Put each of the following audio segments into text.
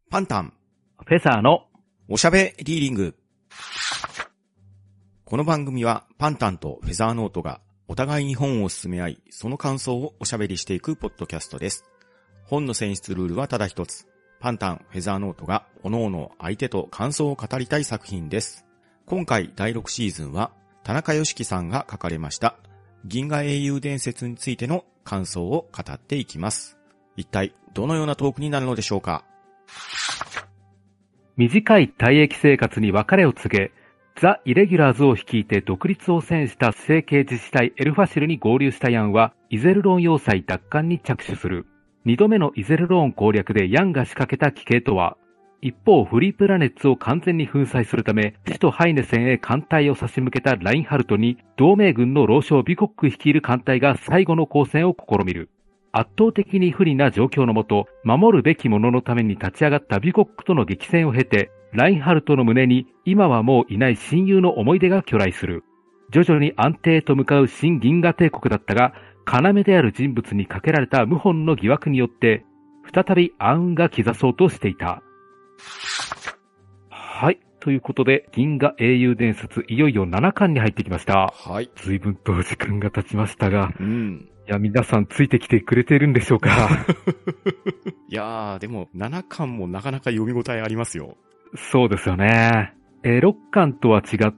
パンタン、 フェザーのおしゃべリーディング。この番組はパンタンとフェザーノートがお互いに本を進め合い、その感想をおしゃべりしていくポッドキャストです。本の選出ルールはただ一つ。パンタン、フェザーノートが各々相手と感想を語りたい作品です。今回第6シーズンは田中良樹さんが書かれました銀河英雄伝説についての感想を語っていきます。一体どのようなトークになるのでしょうか。 短い退役生活に別れを告げ、ザ・イレギュラーズを率いて独立を宣した成形自治体エルファシルに合流したヤンは、イゼルローン要塞奪還に着手する。2度目のイゼルローン攻略でヤンが仕掛けた奇形とは。一方、フリープラネッツを完全に粉砕するため、首都ハイネセンへ艦隊を差し向けたラインハルトに、同盟軍の老将ビコック率いる艦隊が最後の抗戦を試みる。圧倒的に不利な状況のもと、守るべき者のために立ち上がったビコックとの激戦を経て、ラインハルトの胸に今はもういない親友の思い出が去来する。徐々に安定へと向かう新銀河帝国だったが、要である人物にかけられた謀反の疑惑によって、再び暗雲が刻そうとしていた。はい。ということで、銀河英雄伝説、いよいよ7巻に入ってきました。 はい。 随分と時間が経ちましたが、いや、皆さんついてきてくれているんでしょうか。 いやー、でも7巻もなかなか読み応えありますよ。 そうですよね。6巻とは違って、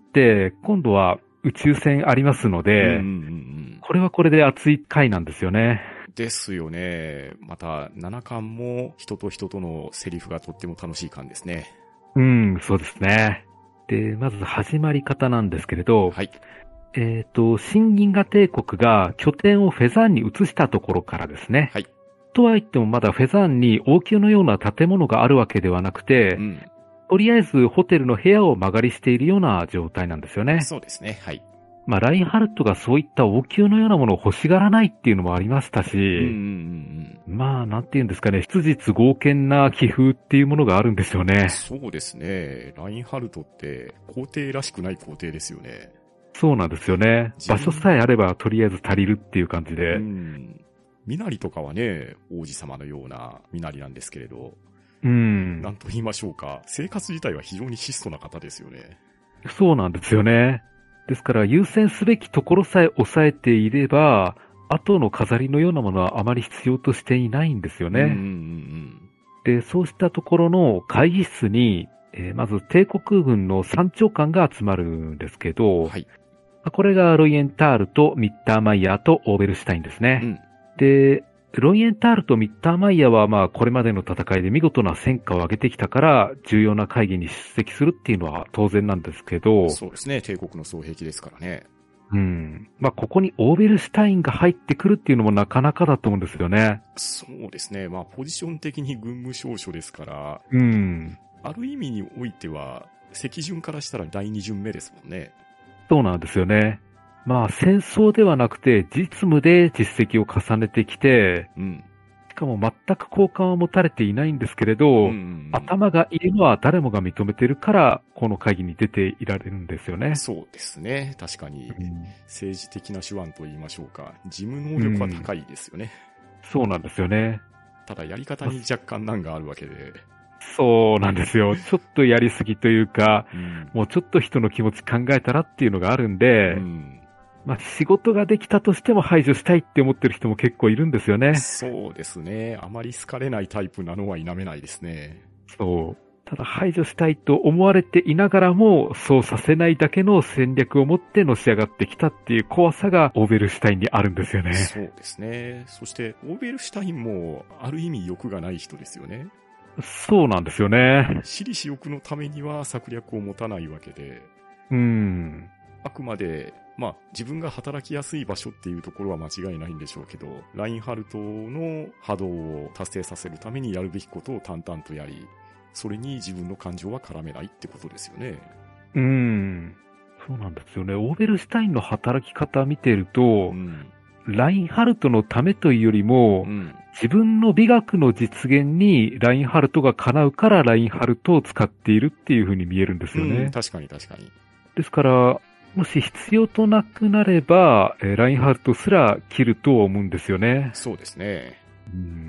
今度は宇宙船ありますので、これはこれで熱い回なんですよね。 ですよね。また7巻も人と人とのセリフがとっても楽しい巻ですね。 そうですね。で、まず始まり方なんですけれど、 はい。 新銀河帝国が拠点をフェザーンに移したところからですね。 はい。 とは言ってもまだフェザーンに王宮のような建物があるわけではなくて、とりあえずホテルの部屋を間借りしているような状態なんですよね。 そうですね。はい。 ラインハルトがそういった王宮のようなものを欲しがらないっていうのもありましたし、なんて言うんですかね、質実剛健な気風っていうものがあるんですよね。 そうですね。ラインハルトって皇帝らしくない皇帝ですよね。 そうなんですよね。場所さえあればとりあえず足りるっていう感じで。 ミナリとかはね、王子様のようなミナリなんですけれど。なんと言いましょうか。生活自体は非常に質素な方ですよね。 そうなんですよね。ですから優先すべきところさえ抑えていれば、後の飾りのようなものはあまり必要としていないんですよね。で、そうしたところの会議室に、まず帝国軍の参長官が集まるんですけど、 はい。 これがロイエンタールとミッターマイヤーとオーベルシュタインですね。で、ロイエンタールとミッターマイヤーはこれまでの戦いで見事な戦果を上げてきたから重要な会議に出席するっていうのは当然なんですけど。 そうですね。帝国の双璧ですからね。 ここにオーベルシュタインが入ってくるっていうのもなかなかだと思うんですよね。 そうですね。ポジション的に軍務少将ですから。ある意味においては、席順からしたら第2巡目ですもんね。 そうなんですよね。戦争ではなくて実務で実績を重ねてきて、しかも全く好感を持たれていないんですけれど、頭がいいのは誰もが認めてるから、この会議に出ていられるんですよね。 そうですね。確かに、政治的な手腕と言いましょうか。事務能力は高いですよね。 そうなんですよね。 ただやり方に若干難があるわけで。 そうなんですよ。ちょっとやりすぎというか、もうちょっと人の気持ち考えたらっていうのがあるんで、仕事ができたとしても排除したいって思ってる人も結構いるんですよね。 そうですね。あまり好かれないタイプなのは否めないですね。 そう。ただ排除したいと思われていながらも、そうさせないだけの戦略を持ってのし上がってきたっていう怖さがオーベルシュタインにあるんですよね。 そうですね。そしてオーベルシュタインもある意味欲がない人ですよね。 そうなんですよね。 私利私欲のためには策略を持たないわけで。あくまで、自分が働きやすい場所っていうところは間違いないんでしょうけど、ラインハルトの波動を達成させるためにやるべきことを淡々とやり、それに自分の感情は絡めないってことですよね。 そうなんですよね。オーベルシュタインの働き方見てると、ラインハルトのためというよりも、自分の美学の実現にラインハルトが叶うからラインハルトを使っているっていう風に見えるんですよね。 確かに確かに。 ですから、もし必要となくなれば、ラインハルトすら切ると思うんですよね。 そうですね。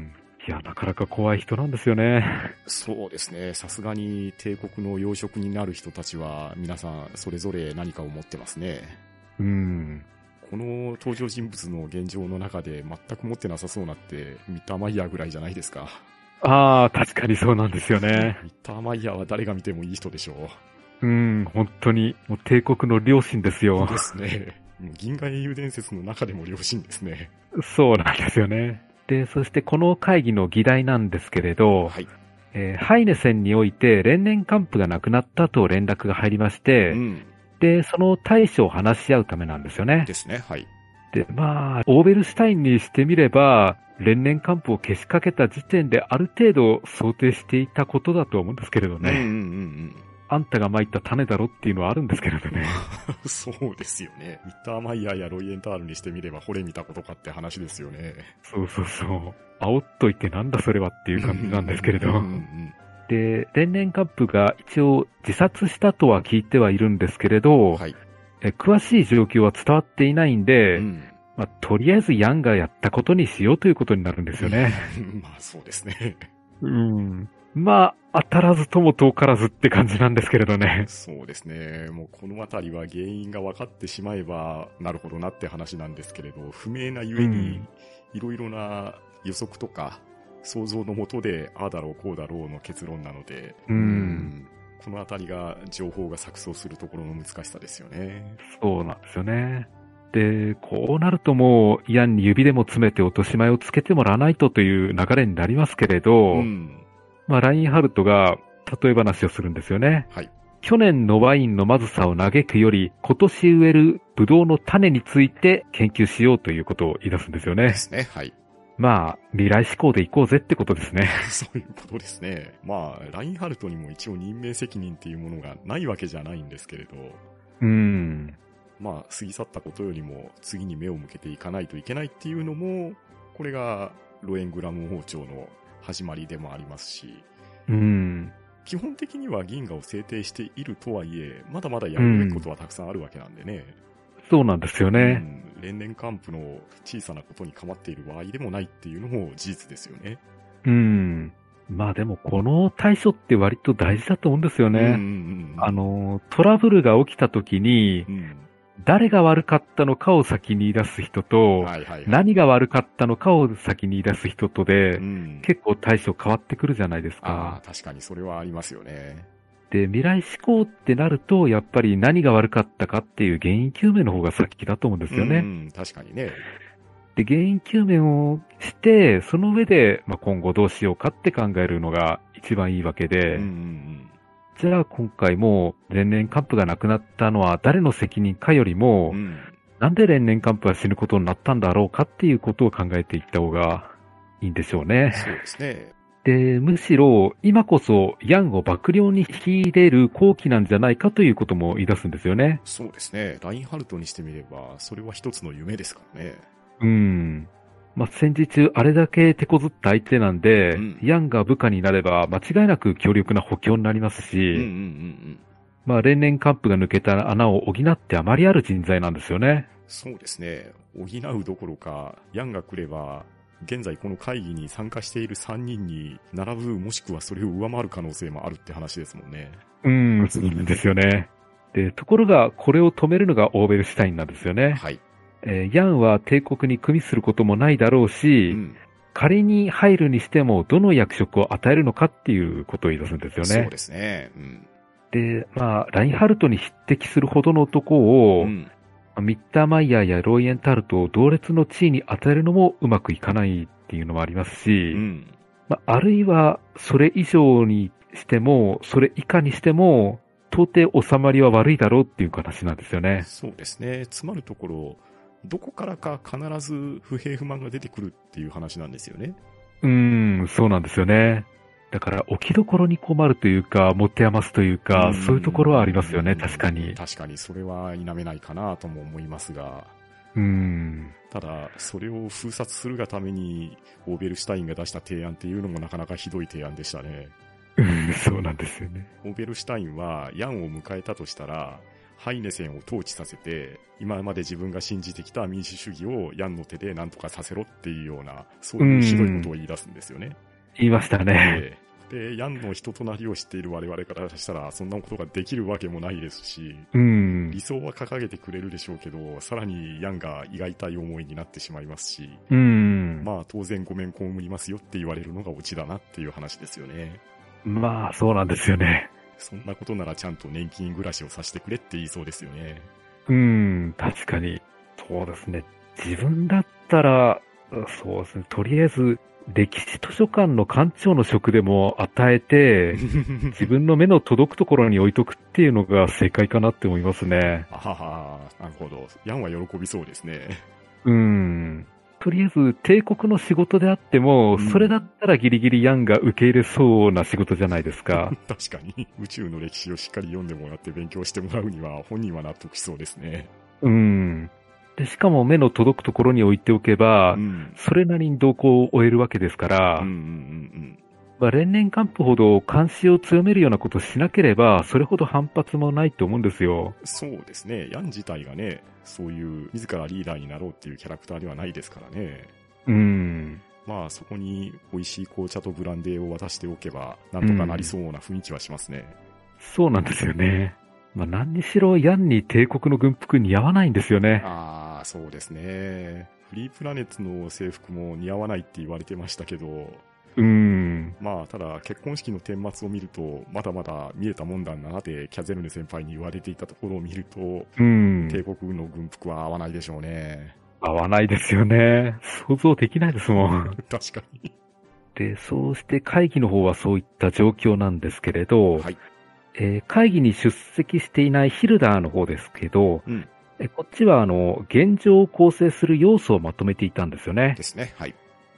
いや、なかなか怖い人なんですよね。 そうですね。さすがに帝国の要職になる人たちは皆さんそれぞれ何かを持ってますね。 うん。 この登場人物の現状の中で全く持ってなさそうなってミッターマイヤーぐらいじゃないですか。 ああ、確かにそうなんですよね。 ミッターマイヤーは誰が見てもいい人でしょう。 うん、本当に、もう帝国の良心ですよ。 ですね。銀河英雄伝説の中でも良心ですね。 そうなんですよね。で、そしてこの会議の議題なんですけれど、 はい。 ハイネ戦において連年幹部が亡くなったと連絡が入りまして、 うん。 で、その対処を話し合うためなんですよね。 ですね。はい。 で、まあ、オーベルシュタインにしてみれば、連年幹部をけしかけた時点である程度想定していたことだと思うんですけれどね。 うんうんうんうん。 あんたが撒いた種だろっていうのはあるんですけれどね。 そうですよね。ミッターマイヤーやロイエンタールにしてみれば惚れ見たことかって話ですよね。 そうそうそう。煽っといてなんだそれはっていう感じなんですけれど。 うんうんうんで、連年幹部が一応自殺したとは聞いてはいるんですけれど、 はい。 詳しい状況は伝わっていないんで、 うんまあ、とりあえずヤンがやったことにしようということになるんですよね。 まあそうですね。 うん。まあ、当たらずとも遠からずって感じなんですけれどね。 そうですね。もうこのあたりは原因が分かってしまえばなるほどなって話なんですけれど、不明なゆえにいろいろな予測とか想像のもとでああだろうこうだろうの結論なので、このあたりが情報が錯綜するところの難しさですよね。 そうなんですよね。で、こうなるともう、ヤンに指でも詰めて落とし前をつけてもらわないとという流れになりますけれど、まあ、ラインハルトが例え話をするんですよね。 はい。 去年のワインのまずさを嘆くより、今年植えるブドウの種について研究しようということを言い出すんですよね。 ですね。はい。 まあ、未来志向でいこうぜってことですね。 そういうことですね。まあ、ラインハルトにも一応任命責任っていうものがないわけじゃないんですけれど、まあ、過ぎ去ったことよりも次に目を向けていかないといけないっていうのも、これがロエングラム王朝の始まりでもありますし、基本的には銀河を制定しているとはいえ、まだまだやるべきことはたくさんあるわけなんでね。 そうなんですよね。 連年幹部の小さなことに構っている場合でもないっていうのも事実ですよね。 まあでもこの対処って割と大事だと思うんですよね。トラブルが起きた時に、誰が悪かったのかを先に言い出す人と、何が悪かったのかを先に言い出す人とで、結構対処変わってくるじゃないですか。 確かにそれはありますよね。 で、未来志向ってなると、やっぱり何が悪かったかっていう原因究明の方が先だと思うんですよね。 確かにね。 で、原因究明をして、その上で、まあ、今後どうしようかって考えるのが一番いいわけで、じゃあ今回も連年幹部が亡くなったのは誰の責任かよりも、なんで連年幹部は死ぬことになったんだろうかっていうことを考えていった方がいいんでしょうね。 そうですね。 で、むしろ今こそヤンを幕僚に引き入れる好機なんじゃないかということも言い出すんですよね。 そうですね。ラインハルトにしてみれば、それは一つの夢ですからね。 まあ、戦時中あれだけ手こずった相手なんで、ヤンが部下になれば間違いなく強力な補強になりますし、まあ、連年幹部が抜けた穴を補ってあまりある人材なんですよね。 そうですね。補うどころか、ヤンが来れば、現在この会議に参加している3人に並ぶもしくはそれを上回る可能性もあるって話ですもんね。 そうなんですよね。で、ところがこれを止めるのがオーベルシュタインなんですよね。 はい。 ヤンは帝国に組みすることもないだろうし、仮に入るにしてもどの役職を与えるのかっていうことを言い出すんですよね。 そうですね。 で、まあ、ラインハルトに匹敵するほどの男を、ミッターマイヤーやロイエンタルトを同列の地位に与えるのもうまくいかないっていうのもありますし、まあ、あるいはそれ以上にしても、それ以下にしても、到底収まりは悪いだろうっていう話なんですよね。 そうですね。つまるところ、どこからか必ず不平不満が出てくるっていう話なんですよね。 そうなんですよね。だから置きどころに困るというか、持て余すというか、そういうところはありますよね、確かに。 確かにそれは否めないかなとも思いますが。ただ、それを封殺するがために、オーベルシュタインが出した提案っていうのもなかなかひどい提案でしたね。 そうなんですよね。 オーベルシュタインは、ヤンを迎えたとしたら、 ハイネセンを統治させて、今まで自分が信じてきた民主主義をヤンの手で何とかさせろっていうような、そういうひどいことを言い出すんですよね。 言いましたね。 で、ヤンの人となりを知っている我々からしたら、そんなことができるわけもないですし、理想は掲げてくれるでしょうけど、さらにヤンが胃が痛い思いになってしまいますし、まあ当然ごめん被りますよって言われるのがオチだなっていう話ですよね。 まあそうなんですよね。 そんなことならちゃんと年金暮らしをさせてくれって言いそうですよね。 確かに。そうですね。自分だったら、そうですね。とりあえず、歴史図書館の館長の職でも与えて、自分の目の届くところに置いとくっていうのが正解かなって思いますね。 あはは、なるほど。ヤンは喜びそうですね。 とりあえず、帝国の仕事であっても、それだったらギリギリヤンが受け入れそうな仕事じゃないですか。 確かに。宇宙の歴史をしっかり読んでもらって勉強してもらうには、本人は納得しそうですね。 で、しかも目の届くところに置いておけば、それなりに動向を終えるわけですから、連年幹部ほど監視を強めるようなことをしなければ、それほど反発もないと思うんですよ。 そうですね。ヤン自体がね、そういう自らリーダーになろうっていうキャラクターではないですからね。まあそこに美味しい紅茶とブランデーを渡しておけば、なんとかなりそうな雰囲気はしますね。 そうなんですよね。まあ何にしろヤンに帝国の軍服似合わないんですよね。 ああ、そうですね。フリープラネッツの制服も似合わないって言われてましたけど、まあ、ただ、結婚式の顛末を見ると、まだまだ見えたもんだなって、キャゼルネ先輩に言われていたところを見ると、帝国の軍服は合わないでしょうね。 合わないですよね。想像できないですもん。 確かに。 で、そうして会議の方はそういった状況なんですけれど、会議に出席していないヒルダーの方ですけど、こっちは現状を構成する要素をまとめていたんですよね。 ですね。はい。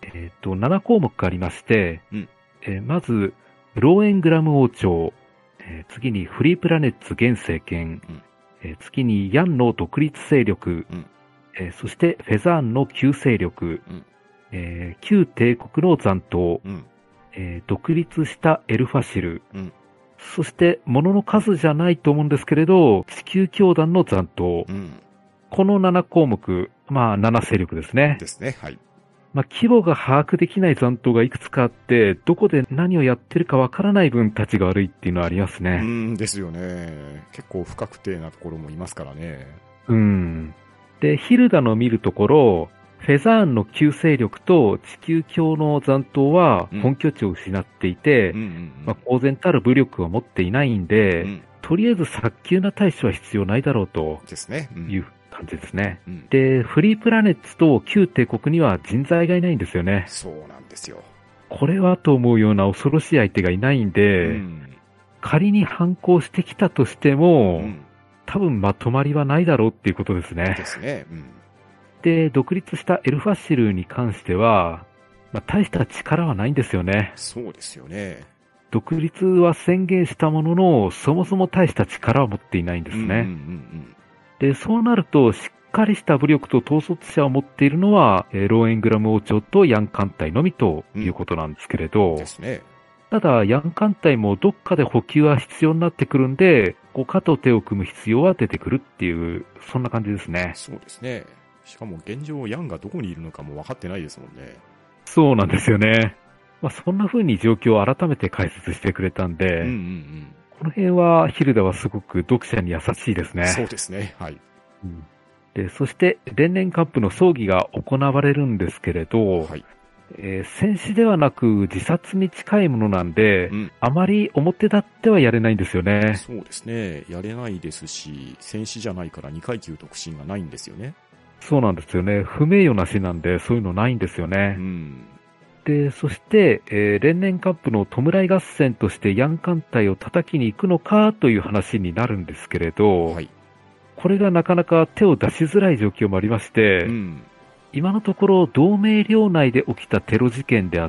7項目がありまして、まず、ローエングラム王朝、次にフリープラネッツ現政権、次にヤンの独立勢力、そしてフェザーンの旧勢力、旧帝国の残党、独立したエルファシル、そして物の数じゃないと思うんですけれど、地球教団の残党、この7項目、まあ7勢力ですね。 ですね。はい。 まあ、規模が把握できない残党がいくつかあって、どこで何をやってるかわからない分、立ちが悪いっていうのはありますね。 ですよね。結構不確定なところもいますからね。 で、ヒルダの見るところ、フェザーンの旧勢力と地球教の残党は本拠地を失っていて、公然たる武力は持っていないんで、とりあえず早急な対処は必要ないだろうという感じですね。で、フリープラネッツと旧帝国には人材がいないんですよね。 そうなんですよ。 これはと思うような恐ろしい相手がいないんで、仮に反抗してきたとしても、多分まとまりはないだろうっていうことですね。 ですね。 で、独立したエルファシルに関しては、大した力はないんですよね。 そうですよね。 独立は宣言したものの、そもそも大した力は持っていないんですね。で、そうなると、しっかりした武力と統率者を持っているのは、ローエングラム王朝とヤン艦隊のみということなんですけれど、 ですね。 ただ、ヤン艦隊もどっかで補給は必要になってくるんで、肩と手を組む必要は出てくるっていう、そんな感じですね。 そうですね。しかも現状、ヤンがどこにいるのかも分かってないですもんね。 そうなんですよね。そんな風に状況を改めて解説してくれたんで、この辺はヒルダはすごく読者に優しいですね。 そうですね。はい。 で、そして、連年カップの葬儀が行われるんですけれど、戦死ではなく自殺に近いものなんで、あまり表立ってはやれないんですよね。 そうですね。やれないですし、戦死じゃないから2階級特進がないんですよね。 そうなんですよね。不名誉な死なんで、そういうのないんですよね。で、そして、連年カップの弔い合戦としてヤン艦隊を叩きに行くのかという話になるんですけれど、これがなかなか手を出しづらい状況もありまして、今のところ同盟領内で起きたテロ事件であって、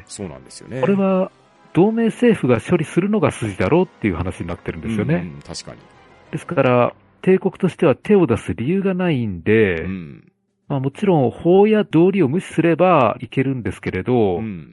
そうなんですよね。 これは同盟政府が処理するのが筋だろうっていう話になってるんですよね。 確かに。 ですから、帝国としては手を出す理由がないんで、もちろん法や道理を無視すればいけるんですけれど、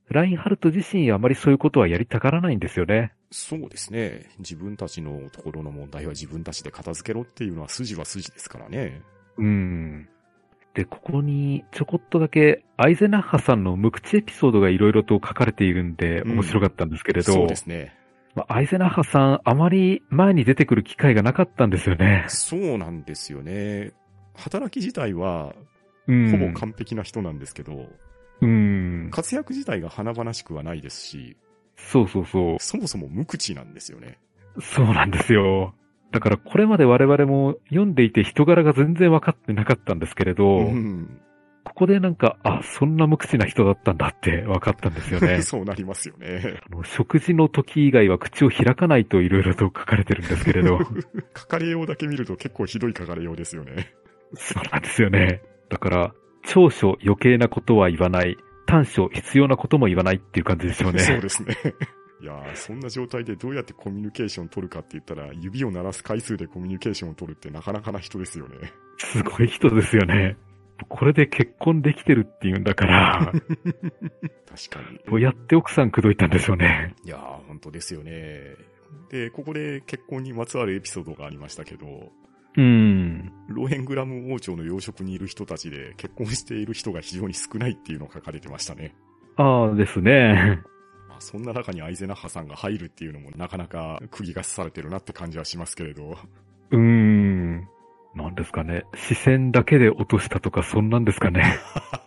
ラインハルト自身あまりそういうことはやりたがらないんですよね。 そうですね。自分たちのところの問題は自分たちで片付けろっていうのは筋は筋ですからね。 で、ここにちょこっとだけアイゼナッハさんの無口エピソードがいろいろと書かれているんで面白かったんですけれど、 そうですね。 アイゼナッハさんあまり前に出てくる機会がなかったんですよね。 そうなんですよね。働き自体はほぼ完璧な人なんですけど、活躍自体が華々しくはないですし、そもそも無口なんですよね。 そうなんですよ。だからこれまで我々も読んでいて人柄が全然分かってなかったんですけれど、ここでなんか、そんな無口な人だったんだって分かったんですよね。 そうなりますよね。 食事の時以外は口を開かないといろいろと書かれてるんですけれど。 書かれようだけ見ると結構ひどい書かれようですよね。 そうなんですよね。だから、長所余計なことは言わない、短所必要なことも言わないっていう感じでしょうね。 そうですね。いやー、そんな状態でどうやってコミュニケーション取るかって言ったら、指を鳴らす回数でコミュニケーションを取るってなかなかな人ですよね。 すごい人ですよね。これで結婚できてるって言うんだから。確かに。 どうやって奥さん口説いたんでしょうね。 いやー、本当ですよね。で、ここで結婚にまつわるエピソードがありましたけど、ローヘングラム王朝の養殖にいる人たちで結婚している人が非常に少ないっていうのが書かれてましたね。 ですね。 そんな中にアイゼナッハさんが入るっていうのもなかなか釘が刺されてるなって感じはしますけれど。 なんですかね。視線だけで落としたとかそんなんですかね。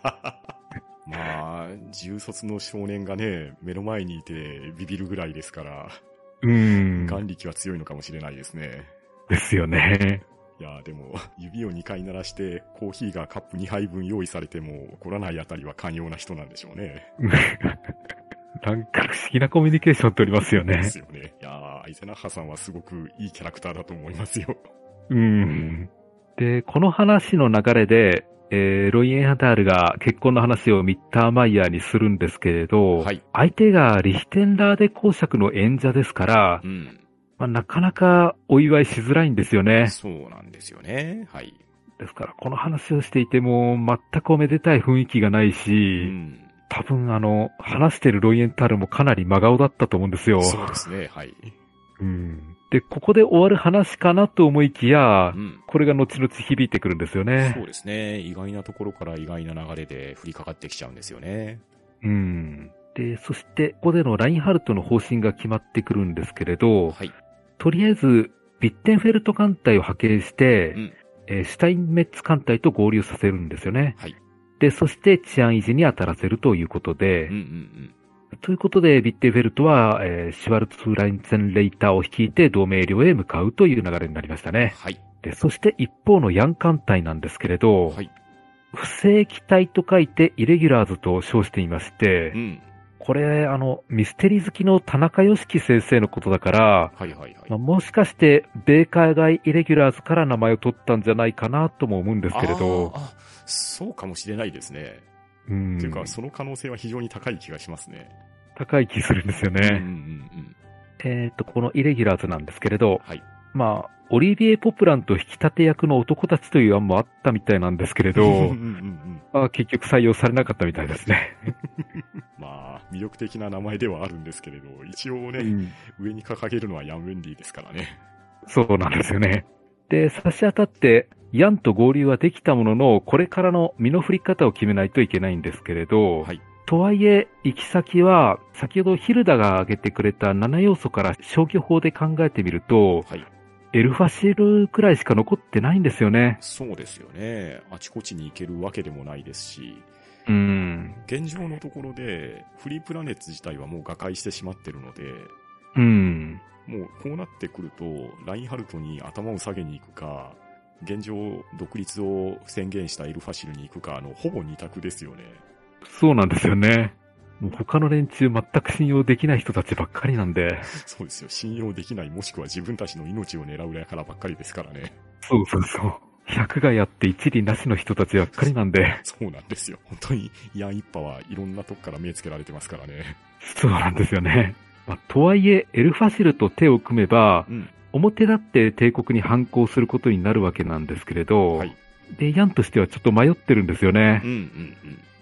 重卒の少年がね、目の前にいてビビるぐらいですから、眼力は強いのかもしれないですね。 ですよね。 いやでも、指を2回鳴らしてコーヒーがカップ2杯分用意されても怒らないあたりは寛容な人なんでしょうね。 なんか不思議なコミュニケーション取りますよね。 ですよね。いやアイゼナッハさんはすごくいいキャラクターだと思いますよ。 で、この話の流れで、ロイエンハタールが結婚の話をミッターマイヤーにするんですけれど、相手がリヒテンラーデ公爵の演者ですから、なかなかお祝いしづらいんですよね。 そうなんですよね。はい。 ですから、この話をしていても、全くおめでたい雰囲気がないし、多分話してるロイエンタールもかなり真顔だったと思うんですよ。 そうですね。はい。 で、ここで終わる話かなと思いきや、これが後々響いてくるんですよね。 そうですね。意外なところから意外な流れで降りかかってきちゃうんですよね。 で、そして、ここでのラインハルトの方針が決まってくるんですけれど、とりあえず、ビッテンフェルト艦隊を派遣して、シュタインメッツ艦隊と合流させるんですよね。で、そして治安維持に当たらせるということで、ということで、ビッテンフェルトは、シュワルツラインツェンレイターを率いて同盟領へ向かうという流れになりましたね。で、そして一方のヤン艦隊なんですけれど、不正機体と書いてイレギュラーズと称していまして、これ、ミステリー好きの田中良樹先生のことだから、もしかして、米海外イレギュラーズから名前を取ったんじゃないかなとも思うんですけれど。 そうかもしれないですね。というか、その可能性は非常に高い気がしますね。 高い気するんですよね。このイレギュラーズなんですけれど、オリビエ・ポプランと引き立て役の男たちという案もあったみたいなんですけれど、結局採用されなかったみたいですね。 魅力的な名前ではあるんですけれど、一応ね、上に掲げるのはヤン・ウェンディですからね。 そうなんですよね。で、差し当たって、ヤンと合流はできたものの、これからの身の振り方を決めないといけないんですけれど、とはいえ、行き先は、先ほどヒルダが挙げてくれた7要素から消去法で考えてみると、エルファシルくらいしか残ってないんですよね。 そうですよね。あちこちに行けるわけでもないですし、現状のところで、フリープラネッツ自体はもう瓦解してしまってるので、もうこうなってくると、ラインハルトに頭を下げに行くか、現状独立を宣言したエルファシルに行くか、ほぼ二択ですよね。 そうなんですよね。もう他の連中全く信用できない人たちばっかりなんで。 そうですよ。信用できない、もしくは自分たちの命を狙う輩ばっかりですからね。 そうそうそう。100がやって一理なしの人たちばっかりなんで。 そうなんですよ。本当に、ヤン一派はいろんなとこから目つけられてますからね。 そうなんですよね。とはいえ、エルファシルと手を組めば、表立って帝国に反抗することになるわけなんですけれど、で、ヤンとしてはちょっと迷ってるんですよね。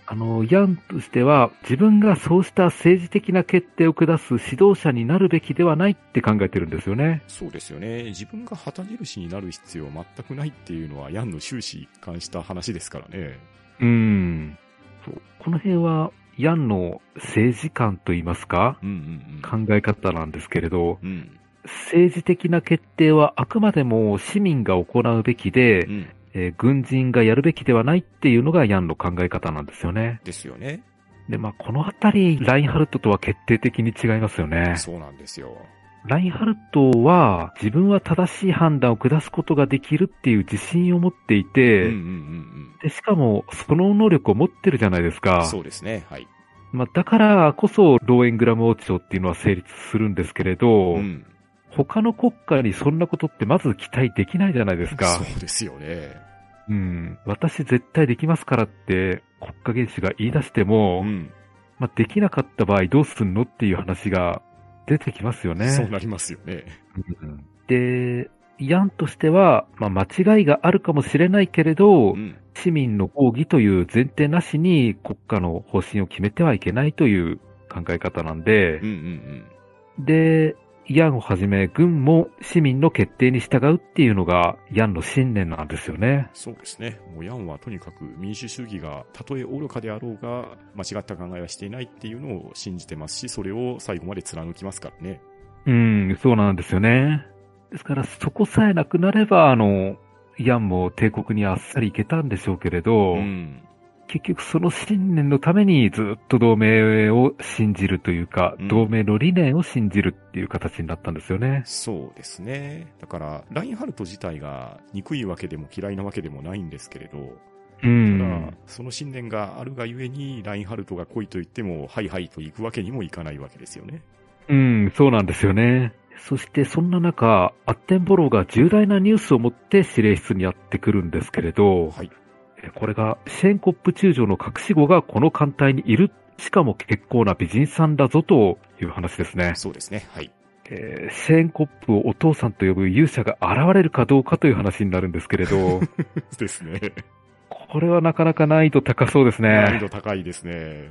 ヤンとしては、自分がそうした政治的な決定を下す指導者になるべきではないって考えてるんですよね。 そうですよね。自分が旗印になる必要は全くないっていうのは、ヤンの終始一貫した話ですからね。 そう。この辺は、ヤンの政治観といいますか、考え方なんですけれど、政治的な決定はあくまでも市民が行うべきで、軍人がやるべきではないっていうのがヤンの考え方なんですよね。 ですよね。 で、このあたり、ラインハルトとは決定的に違いますよね。 そうなんですよ。 ラインハルトは、自分は正しい判断を下すことができるっていう自信を持っていて、で、しかも、その能力を持ってるじゃないですか。 そうですね。はい。 だからこそ、ローエングラム王朝っていうのは成立するんですけれど、他の国家にそんなことってまず期待できないじゃないですか。 そうですよね。 私絶対できますからって国家元首が言い出しても、できなかった場合どうすんのっていう話が出てきますよね。 そうなりますよね。 で、ヤンとしては、間違いがあるかもしれないけれど、市民の抗議という前提なしに国家の方針を決めてはいけないという考え方なんで、で、ヤンをはじめ軍も市民の決定に従うっていうのがヤンの信念なんですよね。 そうですね。もうヤンはとにかく民主主義がたとえ愚かであろうが間違った考えはしていないっていうのを信じてますし、それを最後まで貫きますからね。 そうなんですよね。ですからそこさえなくなればヤンも帝国にあっさり行けたんでしょうけれど、結局その信念のためにずっと同盟を信じるというか、同盟の理念を信じるっていう形になったんですよね。 そうですね。だから、ラインハルト自体が憎いわけでも嫌いなわけでもないんですけれど、ただ、その信念があるがゆえに、ラインハルトが来いと言っても、はいはいと行くわけにもいかないわけですよね。 そうなんですよね。そしてそんな中、アッテンボローが重大なニュースを持って司令室にやってくるんですけれど、これが、シェーンコップ中将の隠し子がこの艦隊にいる。しかも結構な美人さんだぞという話ですね。 そうですね。はい。 シェーンコップをお父さんと呼ぶ勇者が現れるかどうかという話になるんですけれど。 ですね。 これはなかなか難易度高そうですね。 難易度高いですね。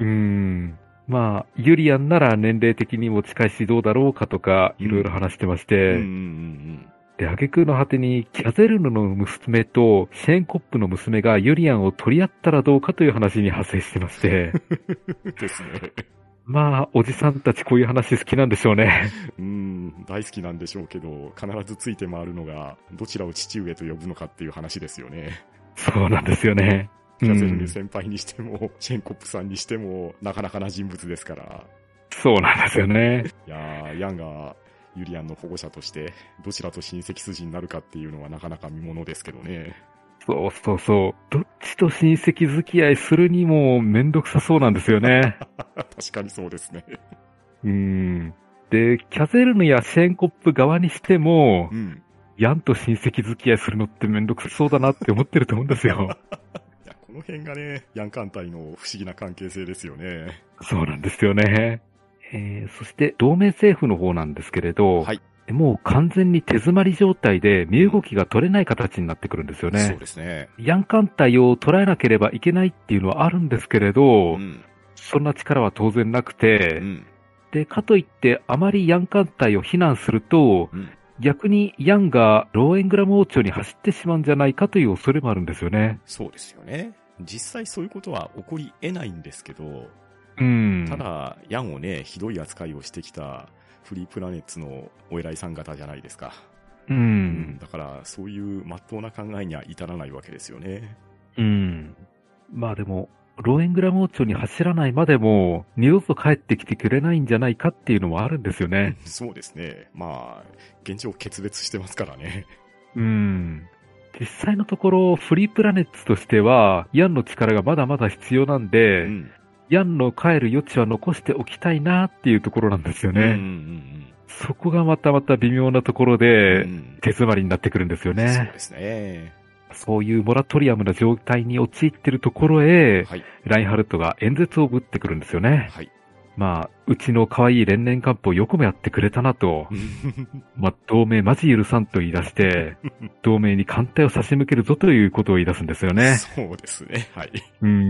ユリアンなら年齢的にも近いしどうだろうかとか、いろいろ話してまして。で、挙句の果てに、キャゼルヌの娘とシェーンコップの娘がユリアンを取り合ったらどうかという話に派生してまして。 ですね。 おじさんたちこういう話好きなんでしょうね。 大好きなんでしょうけど、必ずついて回るのが、どちらを父上と呼ぶのかっていう話ですよね。 そうなんですよね。 キャゼルヌ先輩にしても、シェーンコップさんにしても、なかなかな人物ですから。 そうなんですよね。 いやー、ヤンが、ユリアンの保護者として、どちらと親戚筋になるかっていうのはなかなか見ものですけどね。 そう。どっちと親戚付き合いするにもめんどくさそうなんですよね。 確かにそうですね。 で、キャゼルヌやシェーンコップ側にしても、ヤンと親戚付き合いするのってめんどくさそうだなって思ってると思うんですよ。 いや、この辺がね、ヤン艦隊の不思議な関係性ですよね。 そうなんですよね。そして同盟政府の方なんですけれど、もう完全に手詰まり状態で身動きが取れない形になってくるんですよね。 そうですね。 ヤン艦隊を捉えなければいけないっていうのはあるんですけれど、そんな力は当然なくて、で、かといってあまりヤン艦隊を非難すると、逆にヤンがローエングラム王朝に走ってしまうんじゃないかという恐れもあるんですよね。 そうですよね。実際そういうことは起こり得ないんですけど、ただ、ヤンをね、ひどい扱いをしてきたフリープラネッツのお偉いさん方じゃないですか。だから、そういう真っ当な考えには至らないわけですよね。 でも、ローエングラム王朝に走らないまでも、二度と帰ってきてくれないんじゃないかっていうのもあるんですよね。 そうですね。現状決別してますからね。 実際のところ、フリープラネッツとしては、ヤンの力がまだまだ必要なんで、ヤンの帰る余地は残しておきたいなっていうところなんですよね。そこがまた微妙なところで、手詰まりになってくるんですよね。 そうですね。 そういうモラトリアムな状態に陥っているところへ、ラインハルトが演説をぶってくるんですよね。うちの可愛い連年幹部をよくもやってくれたなと。同盟マジ許さんと言い出して、同盟に艦隊を差し向けるぞということを言い出すんですよね。 そうですね。はい。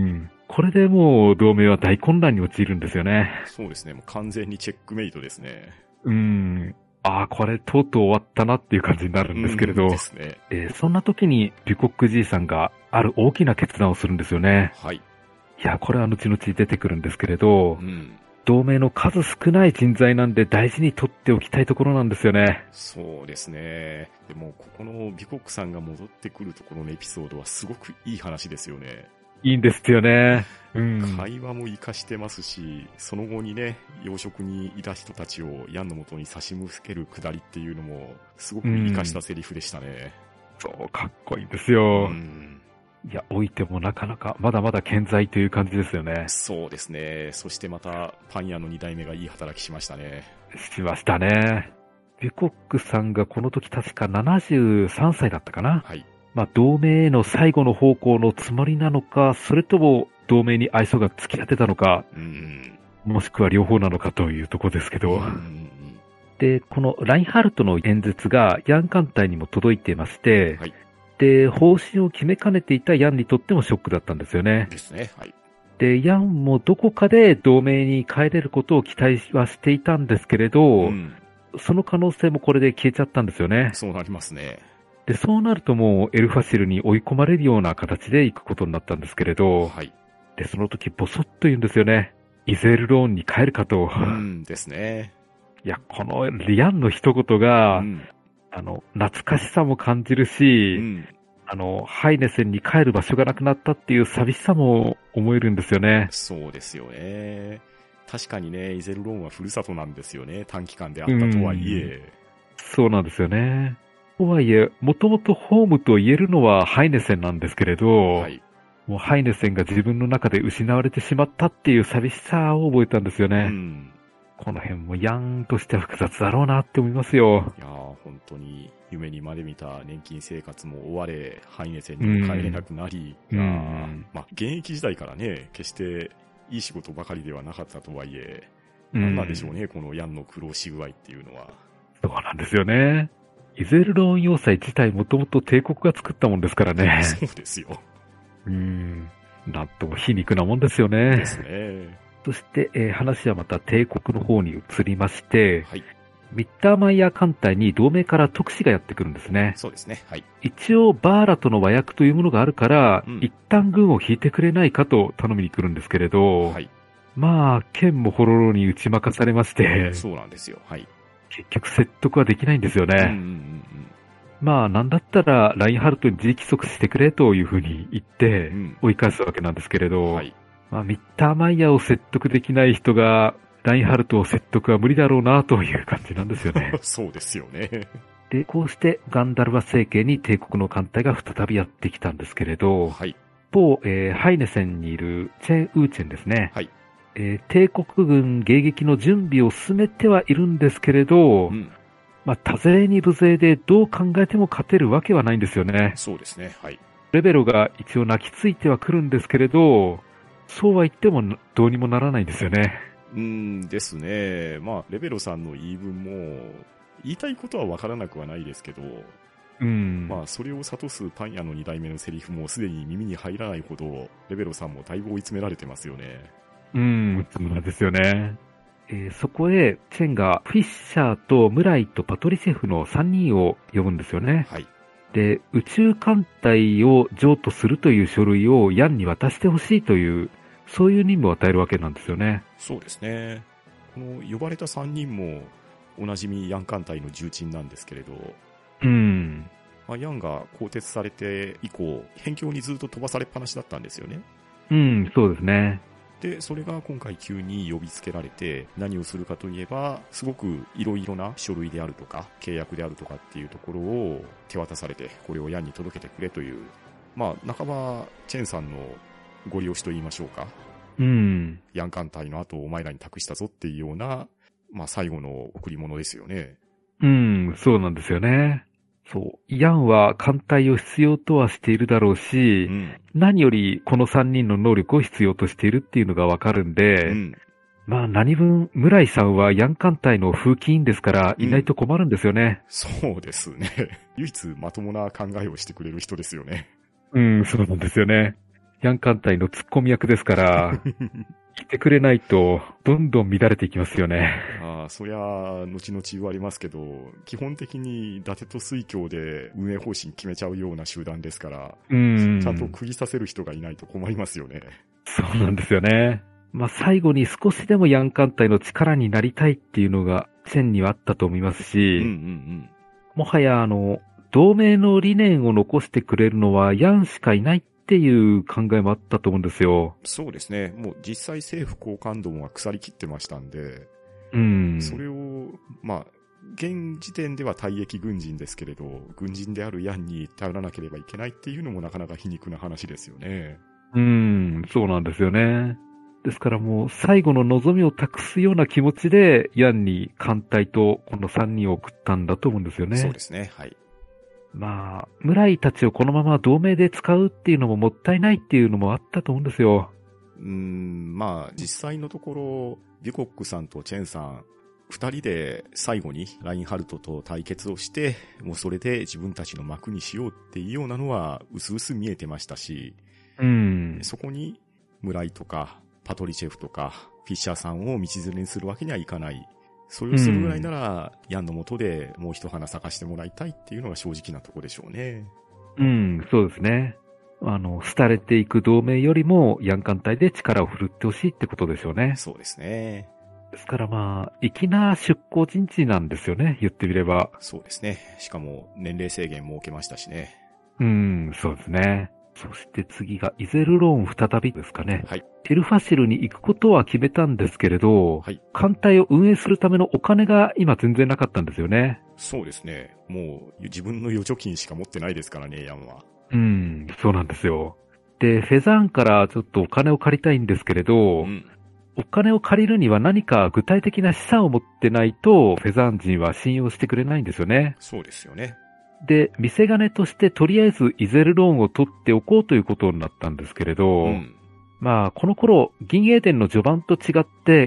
これでもう同盟は大混乱に陥るんですよね。 そうですね。もう完全にチェックメイトですね。 これとうとう終わったなっていう感じになるんですけれど、 ですね。 そんな時にリュコック爺さんがある大きな決断をするんですよね。 はい。 いや、これは後々出てくるんですけれど、同盟の数少ない人材なんで大事に取っておきたいところなんですよね。 そうですね。でも、ここのビコックさんが戻ってくるところのエピソードはすごくいい話ですよね。 いいんですよね。 会話も活かしてますし、その後にね、養殖にいた人たちをヤンの元に差し向けるくだりっていうのも、すごく活かしたセリフでしたね。 そう、かっこいいんですよ。いや、置いてもなかなか、まだまだ健在という感じですよね。 そうですね。そしてまた、パン屋の2代目がいい働きしましたね。 しましたね。ビコックさんがこの時確か73歳だったかな。 はい。 同盟への最後の方向のつもりなのか、それとも同盟に愛想が突き当てたのか、もしくは両方なのかというところですけど。で、このラインハルトの演説がヤン艦隊にも届いていまして、はい、で、方針を決めかねていたヤンにとってもショックだったんですよね。 ですね。はい。 で、ヤンもどこかで同盟に帰れることを期待はしていたんですけれど、その可能性もこれで消えちゃったんですよね。 そうなりますね。 で、そうなるともうエルファシルに追い込まれるような形で行くことになったんですけれど、はい。で、その時ボソッと言うんですよね。イゼルローンに帰るかと。 ですね。 いや、このリアンの一言が、懐かしさも感じるし、ハイネセンに帰る場所がなくなったっていう寂しさも思えるんですよね。 そうですよね。確かにね、イゼルローンはふるさとなんですよね。短期間であったとはいえ。 そうなんですよね。とはいえ、もともとホームと言えるのはハイネセンなんですけれど、はい、もうハイネセンが自分の中で失われてしまったっていう寂しさを覚えたんですよね。この辺もヤンとしては複雑だろうなって思いますよ。 いやー、本当に夢にまで見た年金生活も終われ、ハイネセンにも帰れなくなり、現役時代からね、決していい仕事ばかりではなかったとはいえ、なんなんでしょうね、このヤンの苦労し具合っていうのは。 そうなんですよね。イゼルローン要塞自体もともと帝国が作ったもんですからね。 そうですよ。 なんとも皮肉なもんですよね。 ですね。 そして、話はまた帝国の方に移りまして、はい、ミッターマイヤー艦隊に同盟から特使がやってくるんですね。 そうですね。はい。 一応、バーラとの和訳というものがあるから、一旦軍を引いてくれないかと頼みに来るんですけれど、はい、剣もほろろに打ち負かされまして、 そうなんですよ。はい。 結局説得はできないんですよね。なんだったら、ラインハルトに自規則してくれというふうに言って、追い返すわけなんですけれど、はい、ミッターマイヤーを説得できない人が、ラインハルトを説得は無理だろうなという感じなんですよね。 そうですよね。 で、こうしてガンダルバ政権に帝国の艦隊が再びやってきたんですけれど、はい、一方、ハイネセンにいるチェン・ウーチェンですね。はい、帝国軍迎撃の準備を進めてはいるんですけれど、多勢に無勢でどう考えても勝てるわけはないんですよね。 そうですね。はい。 レベロが一応泣きついてはくるんですけれど、そうは言ってもどうにもならないんですよね。 ですね。レベロさんの言い分も、言いたいことはわからなくはないですけど、それを諭すパン屋の2代目のセリフもすでに耳に入らないほど、レベロさんもだいぶ追い詰められてますよね。 そうなんですよね。そこへ、チェンがフィッシャーとムライとパトリシェフの3人を呼ぶんですよね。はい。で、宇宙艦隊を譲渡するという書類をヤンに渡してほしいという、そういう任務を与えるわけなんですよね。 そうですね。この呼ばれた3人も、おなじみヤン艦隊の重鎮なんですけれど、ヤンが更迭されて以降、辺境にずっと飛ばされっぱなしだったんですよね。 そうですね。 で、それが今回急に呼びつけられて、何をするかといえば、すごくいろいろな書類であるとか、契約であるとかっていうところを手渡されて、これをヤンに届けてくれという、半ば、チェンさんのご利用しと言いましょうか。ヤン艦隊の後をお前らに託したぞっていうような、最後の贈り物ですよね。 そうなんですよね。そう。ヤンは艦隊を必要とはしているだろうし、何よりこの3人の能力を必要としているっていうのがわかるんで、何分、村井さんはヤン艦隊の風紀委員ですから、いないと困るんですよね。 そうですね。唯一まともな考えをしてくれる人ですよね。 そうなんですよね。 ヤン艦隊の突っ込み役ですから、来てくれないと、どんどん乱れていきますよね。 そりゃ、後々言われますけど、基本的に伊達と水郷で運営方針決めちゃうような集団ですから、ちゃんと釘刺せる人がいないと困りますよね。 そうなんですよね。最後に少しでもヤン艦隊の力になりたいっていうのが、チェンにはあったと思いますし、もはや同盟の理念を残してくれるのはヤンしかいないっていう考えもあったと思うんですよ。 そうですね。もう実際政府高官どもは腐りきってましたんで、それを、現時点では退役軍人ですけれど、軍人であるヤンに頼らなければいけないっていうのもなかなか皮肉な話ですよね。 そうなんですよね。ですからもう最後の望みを託すような気持ちで、ヤンに艦隊とこの3人を送ったんだと思うんですよね。 そうですね、はい。 村井たちをこのまま同盟で使うっていうのももったいないっていうのもあったと思うんですよ。 実際のところ、ビュコックさんとチェンさん、二人で最後にラインハルトと対決をして、もうそれで自分たちの幕にしようっていうようなのは、うすうす見えてましたし、そこに村井とか、パトリチェフとか、フィッシャーさんを道連れにするわけにはいかない。それをするぐらいなら、ヤンの下でもう一花咲かしてもらいたいっていうのが正直なとこでしょうね。 そうですね。廃れていく同盟よりも、ヤン艦隊で力を振るってほしいってことでしょうね。 そうですね。 ですから粋な出向人事なんですよね、言ってみれば。 そうですね。しかも、年齢制限設けましたしね。 そうですね。そして次がイゼルローン再びですかね。 はい。 エルファシルに行くことは決めたんですけれど、艦隊を運営するためのお金が今全然なかったんですよね。 そうですね。もう自分の預貯金しか持ってないですからね、ヤンは。 そうなんですよ。で、フェザーンからちょっとお金を借りたいんですけれど、お金を借りるには何か具体的な資産を持ってないと、フェザーン人は信用してくれないんですよね。 そうですよね。 で、見せ金としてとりあえずイゼルローンを取っておこうということになったんですけれど、この頃、銀英伝の序盤と違って、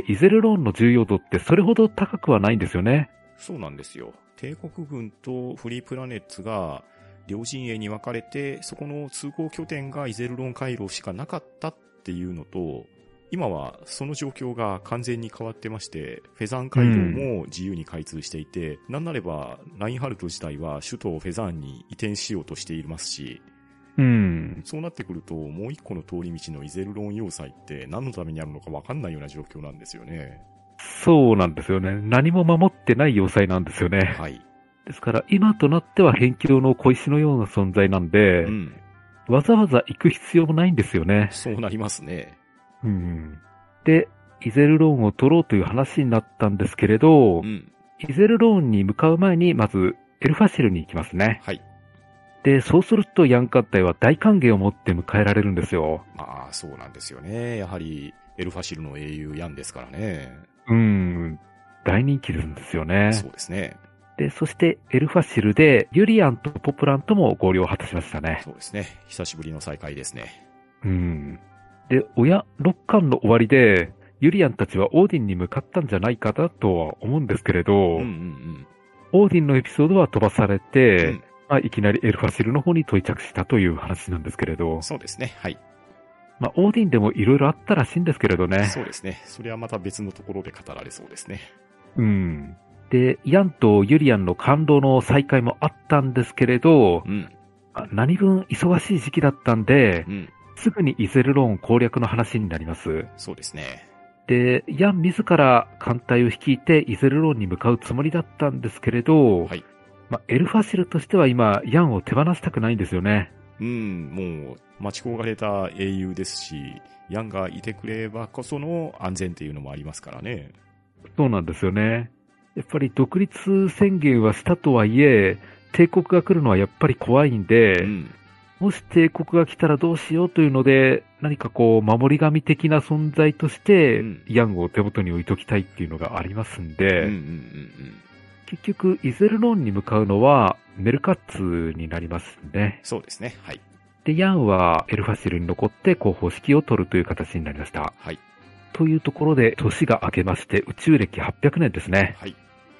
イゼルローンの重要度ってそれほど高くはないんですよね。 そうなんですよ。帝国軍とフリープラネッツが両陣営に分かれて、そこの通行拠点がイゼルローン回廊しかなかったっていうのと、今はその状況が完全に変わってまして、フェザーン回廊も自由に開通していて、なんなればラインハルト自体は首都をフェザーンに移転しようとしていますし、そうなってくると、もう一個の通り道のイゼルローン要塞って何のためにあるのか分かんないような状況なんですよね。 そうなんですよね。何も守ってない要塞なんですよね。 はい。 ですから今となっては辺境の小石のような存在なんで、わざわざ行く必要もないんですよね。 そうなりますね。 で、イゼルローンを取ろうという話になったんですけれど、イゼルローンに向かう前にまずエルファシルに行きますね。 はい。 で、そうするとヤン艦隊は大歓迎を持って迎えられるんですよ。 そうなんですよね。やはりエルファシルの英雄ヤンですからね。 大人気なんですよね。 そうですね。 で、そしてエルファシルでユリアンとポプランとも合流を果たしましたね。 そうですね。久しぶりの再会ですね。 で、6巻の終わりで、ユリアンたちはオーディンに向かったんじゃないかなとは思うんですけれど、オーディンのエピソードは飛ばされて、いきなりエルファシルの方に到着したという話なんですけれど。 そうですね。はい。 オーディンでもいろいろあったらしいんですけれどね。 そうですね。それはまた別のところで語られそうですね。 で、ヤンとユリアンの感動の再会もあったんですけれど、何分忙しい時期だったんで、すぐにイゼルローン攻略の話になります。 そうですね。 で、ヤン自ら艦隊を率いてイゼルローンに向かうつもりだったんですけれど、エルファシルとしては今、ヤンを手放したくないんですよね。 もう、待ち焦がれた英雄ですし、ヤンがいてくればこその安全っていうのもありますからね。 そうなんですよね。やっぱり独立宣言はしたとはいえ、帝国が来るのはやっぱり怖いんで、もし帝国が来たらどうしようというので、何か守り神的な存在として、ヤンを手元に置いときたいっていうのがありますんで、結局、イゼルローンに向かうのは、メルカッツになりますね。 そうですね。はい。 で、ヤンはエルファシルに残って後方指揮を取るという形になりました。 はい。 というところで、年が明けまして、宇宙歴800年ですね。 はい。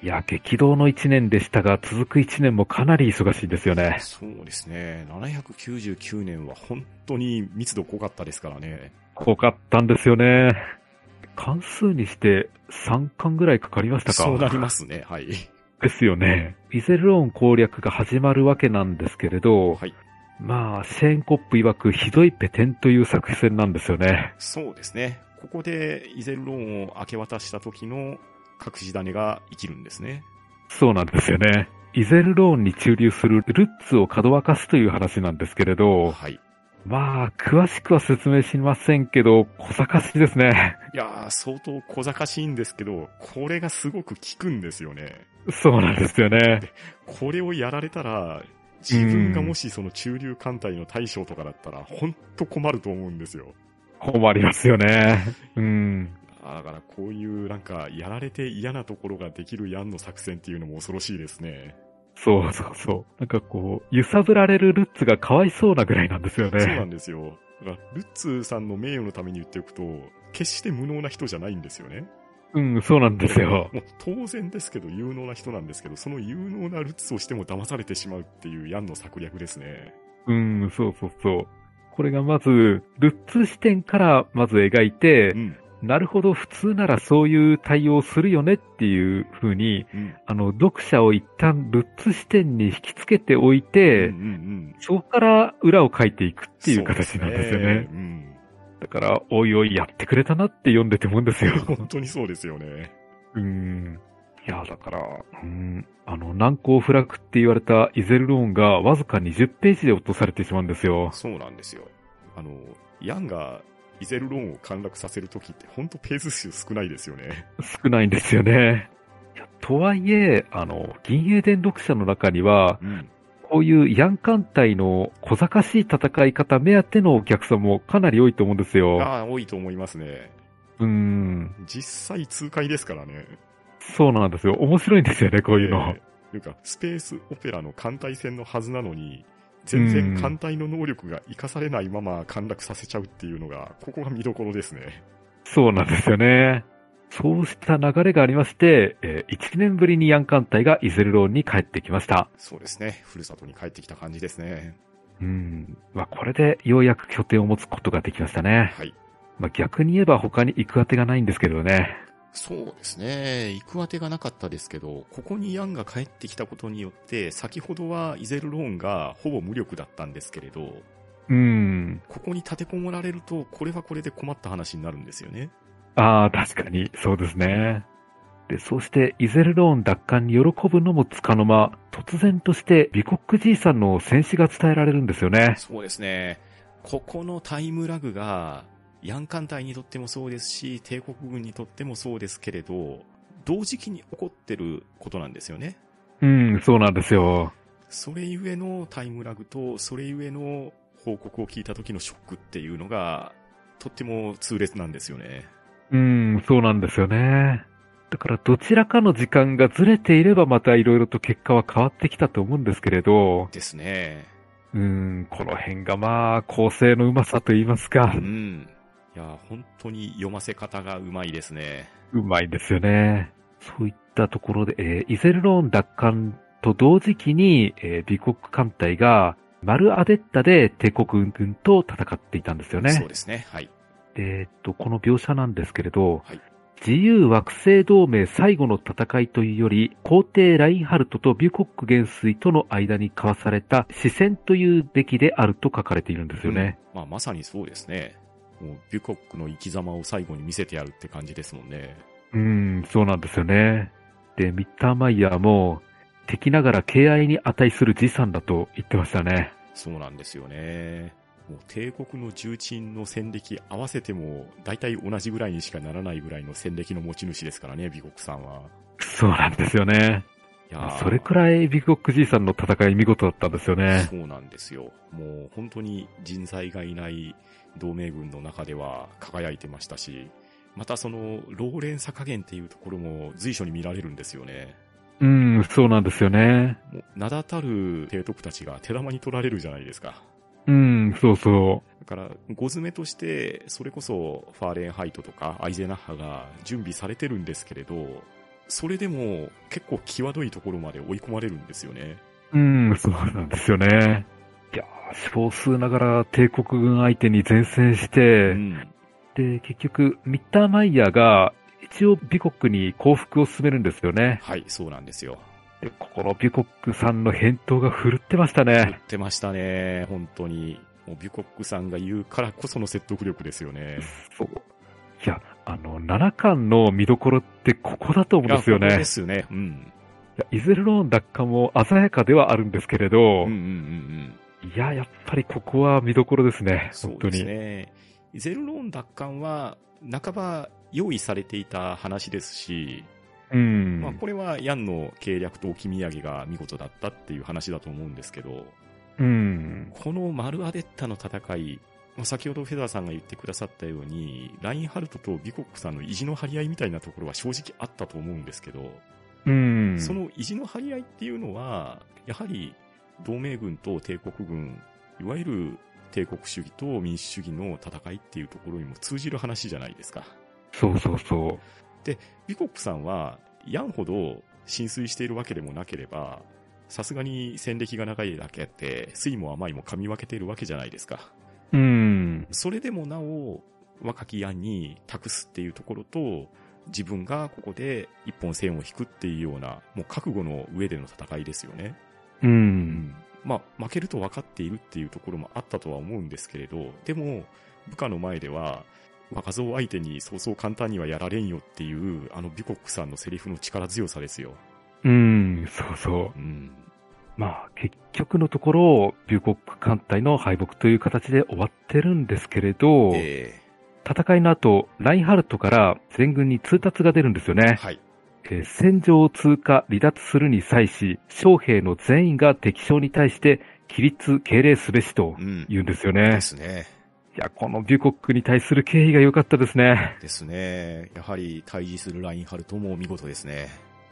いや、激動の1年でしたが、続く1年もかなり忙しいんですよね。 そうですね。799年は本当に密度濃かったですからね。 濃かったんですよね。関数にして3巻ぐらいかかりましたか。 そうなりますね。はい。 ですよね。イゼルローン攻略が始まるわけなんですけれど、 はい。 まあ、シェーンコップ曰くひどいペテンという作戦なんですよね。 そうですね。ここでイゼルローンを明け渡した時の隠し種が生きるんですね。 そうなんですよね。イゼルローンに駐留するルッツをかどわかすという話なんですけれど、 はい。 まあ、詳しくは説明しませんけど、小賢しいですね。 いやー、相当小賢しいんですけど、これがすごく効くんですよね。 そうなんですよね。 これをやられたら、自分がもしその中流艦隊の大将とかだったら、ほんと困ると思うんですよ。 困りますよね。 だからこういうなんか、やられて嫌なところができるヤンの作戦っていうのも恐ろしいですね。 そうそうそう。なんかこう、揺さぶられるルッツがかわいそうなぐらいなんですよね。 そうなんですよ。だからルッツさんの名誉のために言っておくと、決して無能な人じゃないんですよね。 そうなんですよ。 もう当然ですけど有能な人なんですけど、その有能なルッツをしても騙されてしまうっていうヤンの策略ですね。 そうそうそう。これがまず、ルッツ視点からまず描いて、なるほど、普通ならそういう対応するよねっていう風に、読者を一旦ルッツ視点に引きつけておいて、そこから裏を書いていくっていう形なんですよね。だから、おいおいやってくれたなって読んでて思うんですよ。 本当にそうですよね。 いや、だから、難攻不落って言われたイゼルローンがわずか20ページで落とされてしまうんですよ。 そうなんですよ。ヤンがイゼルローンを陥落させるときって本当ペース数少ないですよね。 少ないんですよね。いやとはいえ、銀英伝読者の中には、こういうヤン艦隊の小賢しい戦い方目当てのお客さんもかなり多いと思うんですよ。 多いと思いますね。実際痛快ですからね。 そうなんですよ。面白いんですよね、こういうの。 いうか、スペースオペラの艦隊戦のはずなのに、全然艦隊の能力が活かされないまま陥落させちゃうっていうのが、ここが見どころですね。 そうなんですよね。そうした流れがありまして、1年ぶりにヤン艦隊がイゼルローンに帰ってきました。 そうですね。ふるさとに帰ってきた感じですね。 これでようやく拠点を持つことができましたね。 はい。 逆に言えば他に行く当てがないんですけどね。 そうですね。行く当てがなかったですけど、ここにヤンが帰ってきたことによって、先ほどはイゼルローンがほぼ無力だったんですけれど、ここに立てこもられると、これはこれで困った話になるんですよね。 確かに、そうですね。で、そうしてイゼルローン奪還に喜ぶのもつかの間、突然としてビコック爺さんの戦死が伝えられるんですよね。 そうですね。ここのタイムラグが、ヤン艦隊にとってもそうですし、帝国軍にとってもそうですけれど、同時期に起こってることなんですよね。 そうなんですよ。 それゆえのタイムラグと、それゆえの報告を聞いた時のショックっていうのが、とっても痛烈なんですよね。 そうなんですよね。だからどちらかの時間がずれていればまた色々と結果は変わってきたと思うんですけれど。 ですね。 この辺がまあ、構成のうまさと言いますか。 いや、本当に読ませ方がうまいですね。 うまいですよね。そういったところで、イゼルローン奪還と同時期に、美国艦隊がマルアデッタで帝国軍と戦っていたんですよね。 そうですね。はい。 この描写なんですけれど、自由惑星同盟最後の戦いというより、皇帝ラインハルトとビュコック元帥との間に交わされた死戦というべきであると書かれているんですよね。 まさにそうですね。もうビュコックの生き様を最後に見せてやるって感じですもんね。 そうなんですよね。で、ミッターマイヤーも、敵ながら敬愛に値する持参だと言ってましたね。 そうなんですよね。もう帝国の重鎮の戦歴合わせても、大体同じぐらいにしかならないぐらいの戦歴の持ち主ですからね、ビコックさんは。 そうなんですよね。それくらいビコック爺さんの戦い見事だったんですよね。 そうなんですよ。もう本当に人材がいない同盟軍の中では輝いてましたし、またその老練さ加減っていうところも随所に見られるんですよね。 そうなんですよね。 もう名だたる提督たちが手玉に取られるじゃないですか。 そうそう。 だから、語詰めとして、それこそファーレンハイトとかアイゼナッハが準備されてるんですけれど、 それでも結構際どいところまで追い込まれるんですよね。 そうなんですよね。いやー、少数ながら帝国軍相手に善戦しうて、 ん。 で、結局、ミッターマイヤーが一応美国に降伏を進めるんですよね。 はい、そうなんですよ。 で、ここの美国さんの返答が振るってました言っね。 てましたね、本当に。もうビコックさんが言うからこその説得力ですよね。 そう。いや、7巻の見どころってここだと思うんですよね。 ここですよね。うん。 いや、イゼルローン奪還も鮮やかではあるんですけれど、いや、やっぱりここは見どころですね。本当に。 そうですね。イゼルローン奪還は、半ば用意されていた話ですし、まあこれはヤンの計略と置き土産が見事だったっていう話だと思うんですけど、このマルアデッタの戦い、先ほどフェザーさんが言ってくださったように、ラインハルトとビコックさんの意地の張り合いみたいなところは正直あったと思うんですけど、その意地の張り合いっていうのは、やはり同盟軍と帝国軍、いわゆる帝国主義と民主主義の戦いっていうところにも通じる話じゃないですか。 そうそうそう。 で、ビコックさんは、ヤンほど浸水しているわけでもなければ、さすがに戦歴が長いだけあって、酸いも甘いも噛み分けているわけじゃないですか。それでもなお、若きヤンに託すっていうところと、自分がここで一本線を引くっていうような、もう覚悟の上での戦いですよね。まあ、負けると分かっているっていうところもあったとは思うんですけれど、でも、部下の前では、若造相手にそうそう簡単にはやられんよっていう、ビコックさんのセリフの力強さですよ。 そうそう。まあ、結局のところ、ビコック艦隊の敗北という形で終わってるんですけれど、戦いの後、ラインハルトから全軍に通達が出るんですよね。 はい。 戦場を通過、離脱するに際し、将兵の全員が敵将に対して規律敬礼すべしと言うんですよね。 ですね。 いや、このビュコックに対する敬意が良かったですね。 ですね。やはり対峙するラインハルトも見事ですね。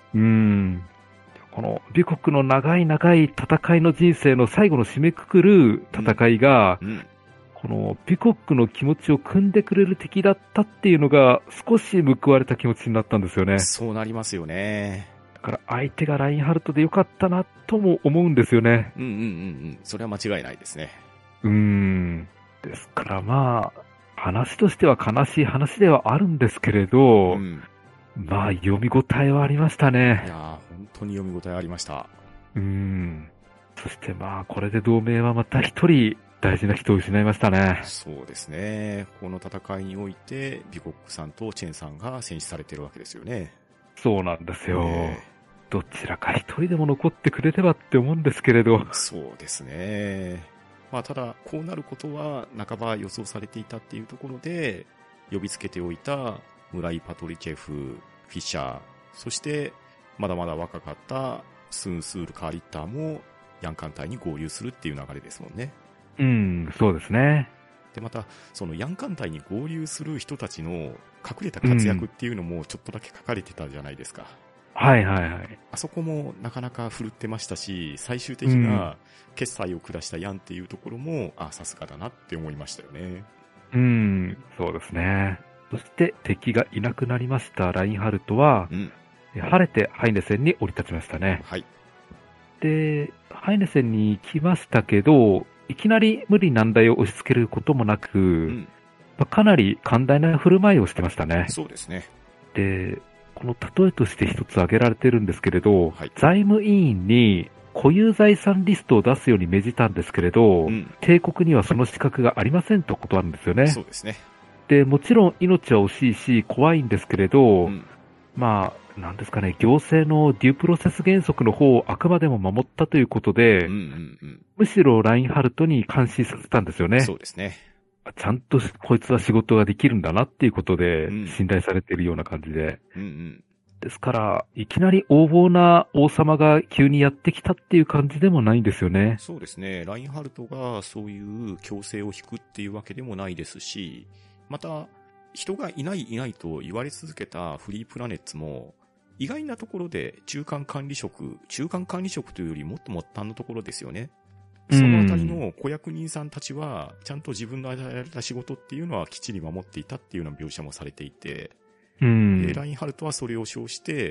このビュコックの長い長い戦いの人生の最後の締めくくる戦いが、このビュコックの気持ちを汲んでくれる敵だったっていうのが少し報われた気持ちになったんですよね。 そうなりますよね。 だから相手がラインハルトで良かったなとも思うんですよね。 それは間違いないですね。 ですからまあ、話としては悲しい話ではあるんですけれど、まあ読み応えはありましたね。 いやー、本当に読み応えありました。 そしてまあ、これで同盟はまた一人大事な人を失いましたね。 そうですね。この戦いにおいて、ビコックさんとチェンさんが戦死されているわけですよね。 そうなんですよ。どちらか一人でも残ってくれればって思うんですけれど。 そうですね。まあ、ただ、こうなることは半ば予想されていたっていうところで、呼びつけておいたムライ・パトリチェフ、フィッシャー、そして、まだまだ若かったスンスール・カーリッターもヤン艦隊に合流するっていう流れですもんね。 そうですね。 で、また、そのヤン艦隊に合流する人たちの隠れた活躍っていうのもちょっとだけ書かれてたじゃないですか。あそこもなかなか振るってましたし、最終的な決済を下したヤンっていうところも、さすがだなって思いましたよね。 そうですね。そして敵がいなくなりましたラインハルトは、晴れてハイネセンに降り立ちましたね。で、ハイネセンに来ましたけど、いきなり無理難題を押し付けることもなく、かなり寛大な振る舞いをしてましたね。 そうですね。 で、この例えとして一つ挙げられてるんですけれど、財務委員に固有財産リストを出すように命じたんですけれど、帝国にはその資格がありませんと断るんですよね。 そうですね。 で、もちろん命は惜しいし怖いんですけれど、まあ、なんですかね、行政のデュープロセス原則の方をあくまでも守ったということで、むしろラインハルトに感心させたんですよね。 そうですね。 ちゃんとこいつは仕事ができるんだなっていうことで、信頼されているような感じで。ですから、いきなり横暴な王様が急にやってきたっていう感じでもないんですよね。 そうですね。ラインハルトがそういう強制を引くっていうわけでもないですし、また、人がいないと言われ続けたフリープラネッツも、意外なところで中間管理職というよりもっと末端のところですよね。そのあたりの子役人さんたちは、ちゃんと自分の与えられた仕事っていうのはきっちり守っていたっていうような描写もされていて、ラインハルトはそれを称して、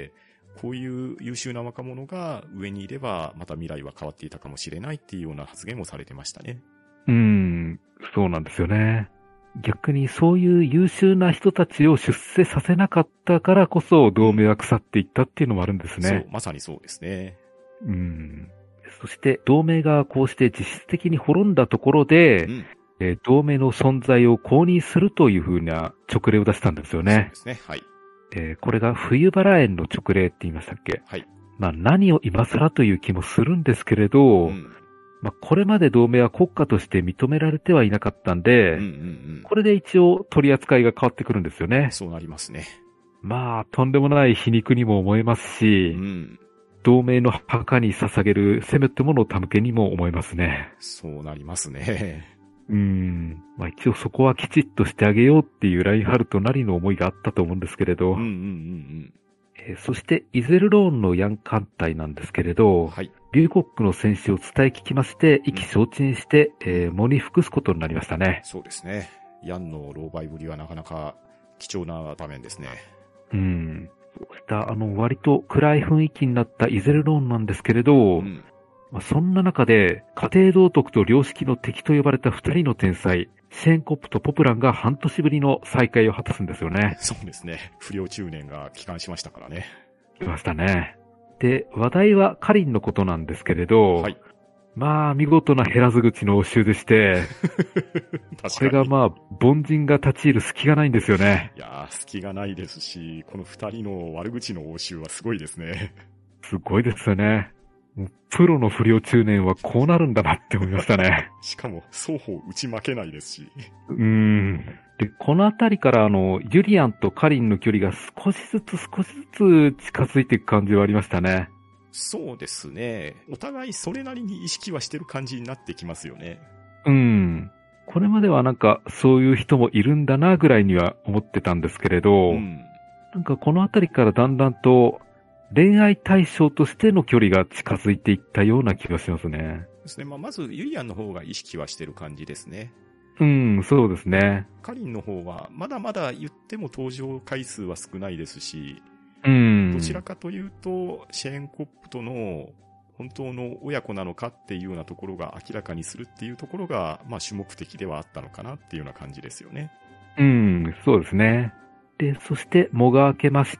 こういう優秀な若者が上にいれば、また未来は変わっていたかもしれないっていうような発言をされてましたね。 そうなんですよね。逆にそういう優秀な人たちを出世させなかったからこそ同盟は腐っていったっていうのもあるんですね。 そう、まさにそうですね。 そして同盟がこうして実質的に滅んだところで、同盟の存在を公認するというふうな勅令を出したんですよね。 そうですね。はい。 これが冬原園の勅令って言いましたっけ？ はい。 まあ何を今更という気もするんですけれど、まあこれまで同盟は国家として認められてはいなかったんで、これで一応取り扱いが変わってくるんですよね。 そうなりますね。 まあとんでもない皮肉にも思えますし、同盟の墓に捧げるせめてもの手向けにも思えますね。 そうなりますね。 まあ一応そこはきちっとしてあげようっていうラインハルトなりの思いがあったと思うんですけれど。そしてイゼルローンのヤン艦隊なんですけれど、龍国の戦死を伝え聞きまして、意気消沈して、喪に服すことになりましたね。 そうですね。ヤンの狼狽ぶりはなかなか貴重な場面ですね。 そうした割と暗い雰囲気になったイゼルローンなんですけれど、まあ、そんな中で、家庭道徳と良識の敵と呼ばれた二人の天才、シェーンコップとポプランが半年ぶりの再会を果たすんですよね。 そうですね。不良中年が帰還しましたからね。 来ましたね。で、話題はカリンのことなんですけれど、まあ、見事な減らず口の応酬でして、これがまあ、凡人が立ち入る隙がないんですよね。 いやー、隙がないですし、この二人の悪口の応酬はすごいですね。 すごいですよね。プロの不良中年はこうなるんだなって思いましたね。 しかも、双方打ち負けないですし。 で、このあたりからユリアンとカリンの距離が少しずつ近づいていく感じはありましたね。 そうですね。お互いそれなりに意識はしてる感じになってきますよね。 これまではなんかそういう人もいるんだなぐらいには思ってたんですけれど、なんかこのあたりからだんだんと恋愛対象としての距離が近づいていったような気がしますね。 ですね。まずユリアンの方が意識はしてる感じですね。 そうですね。 カリンの方はまだまだ言っても登場回数は少ないですし、どちらかというとシェーンコップとの本当の親子なのかっていうようなところが明らかにするっていうところが、まあ主目的ではあったのかなっていうような感じですよね。 そうですね。で、そして藻が明けまして、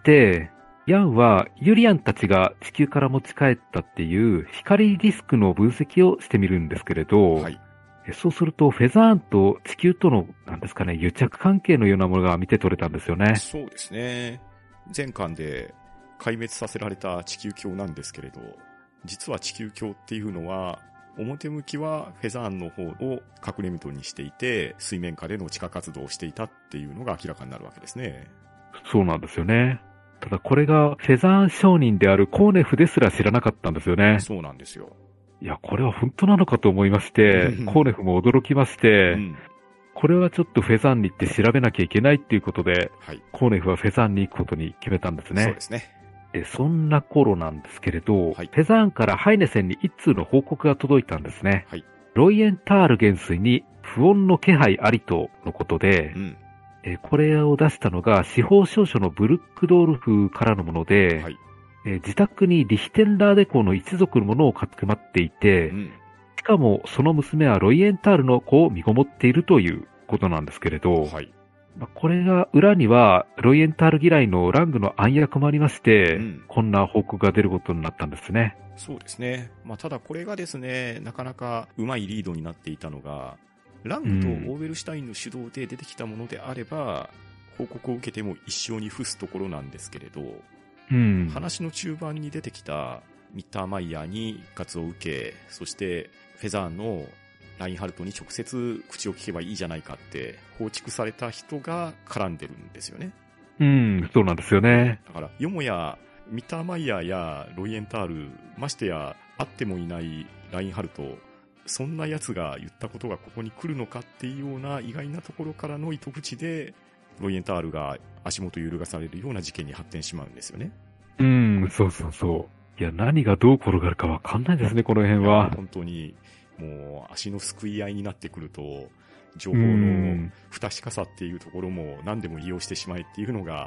ヤンはユリアンたちが地球から持ち帰ったっていう光ディスクの分析をしてみるんですけれど、そうするとフェザーンと地球とのなんですかね、癒着関係のようなものが見て取れたんですよね。 そうですね。前巻で壊滅させられた地球鏡なんですけれど、実は地球鏡っていうのは表向きはフェザーンの方を隠れ蓑にしていて水面下での地下活動をしていたっていうのが明らかになるわけですね。 そうなんですよね。ただこれがフェザーン商人であるコーネフですら知らなかったんですよね。 そうなんですよ。 いや、これは本当なのかと思いまして、コーネフも驚きまして、これはちょっとフェザーンに行って調べなきゃいけないっていうことで、コーネフはフェザーンに行くことに決めたんですね。 そうですね。 で、そんな頃なんですけれど、フェザーンからハイネセンに一通の報告が届いたんですね。ロイエンタール元帥に不穏の気配ありとのことで、これを出したのが司法証書のブルックドールフからのもので、自宅にリヒテンラーデ公の一族のものをかくまっていて、しかもその娘はロイエンタールの子を身ごもっているということなんですけれど、これが裏にはロイエンタール嫌いのラングの暗躍もありまして、こんな報告が出ることになったんですね。 そうですね。ただこれがですね、なかなかうまいリードになっていたのが、ラングとオーベルシュタインの主導で出てきたものであれば、報告を受けても一生に付すところなんですけれど、話の中盤に出てきたミッターマイヤーに一括を受け、そしてフェザーンのラインハルトに直接口を聞けばいいじゃないかって放逐された人が絡んでるんですよね。 そうなんですよね。 だからよもやミッターマイヤーやロイエンタール、ましてや会ってもいないラインハルト、そんな奴が言ったことがここに来るのかっていうような意外なところからの糸口で、ロイエンタールが足元揺るがされるような事件に発展しまうんですよね。 そう。いや、何がどう転がるかわかんないですね、この辺は。 本当に、もう足のすくい合いになってくると、情報の不確かさっていうところも何でも利用してしまえっていうのが、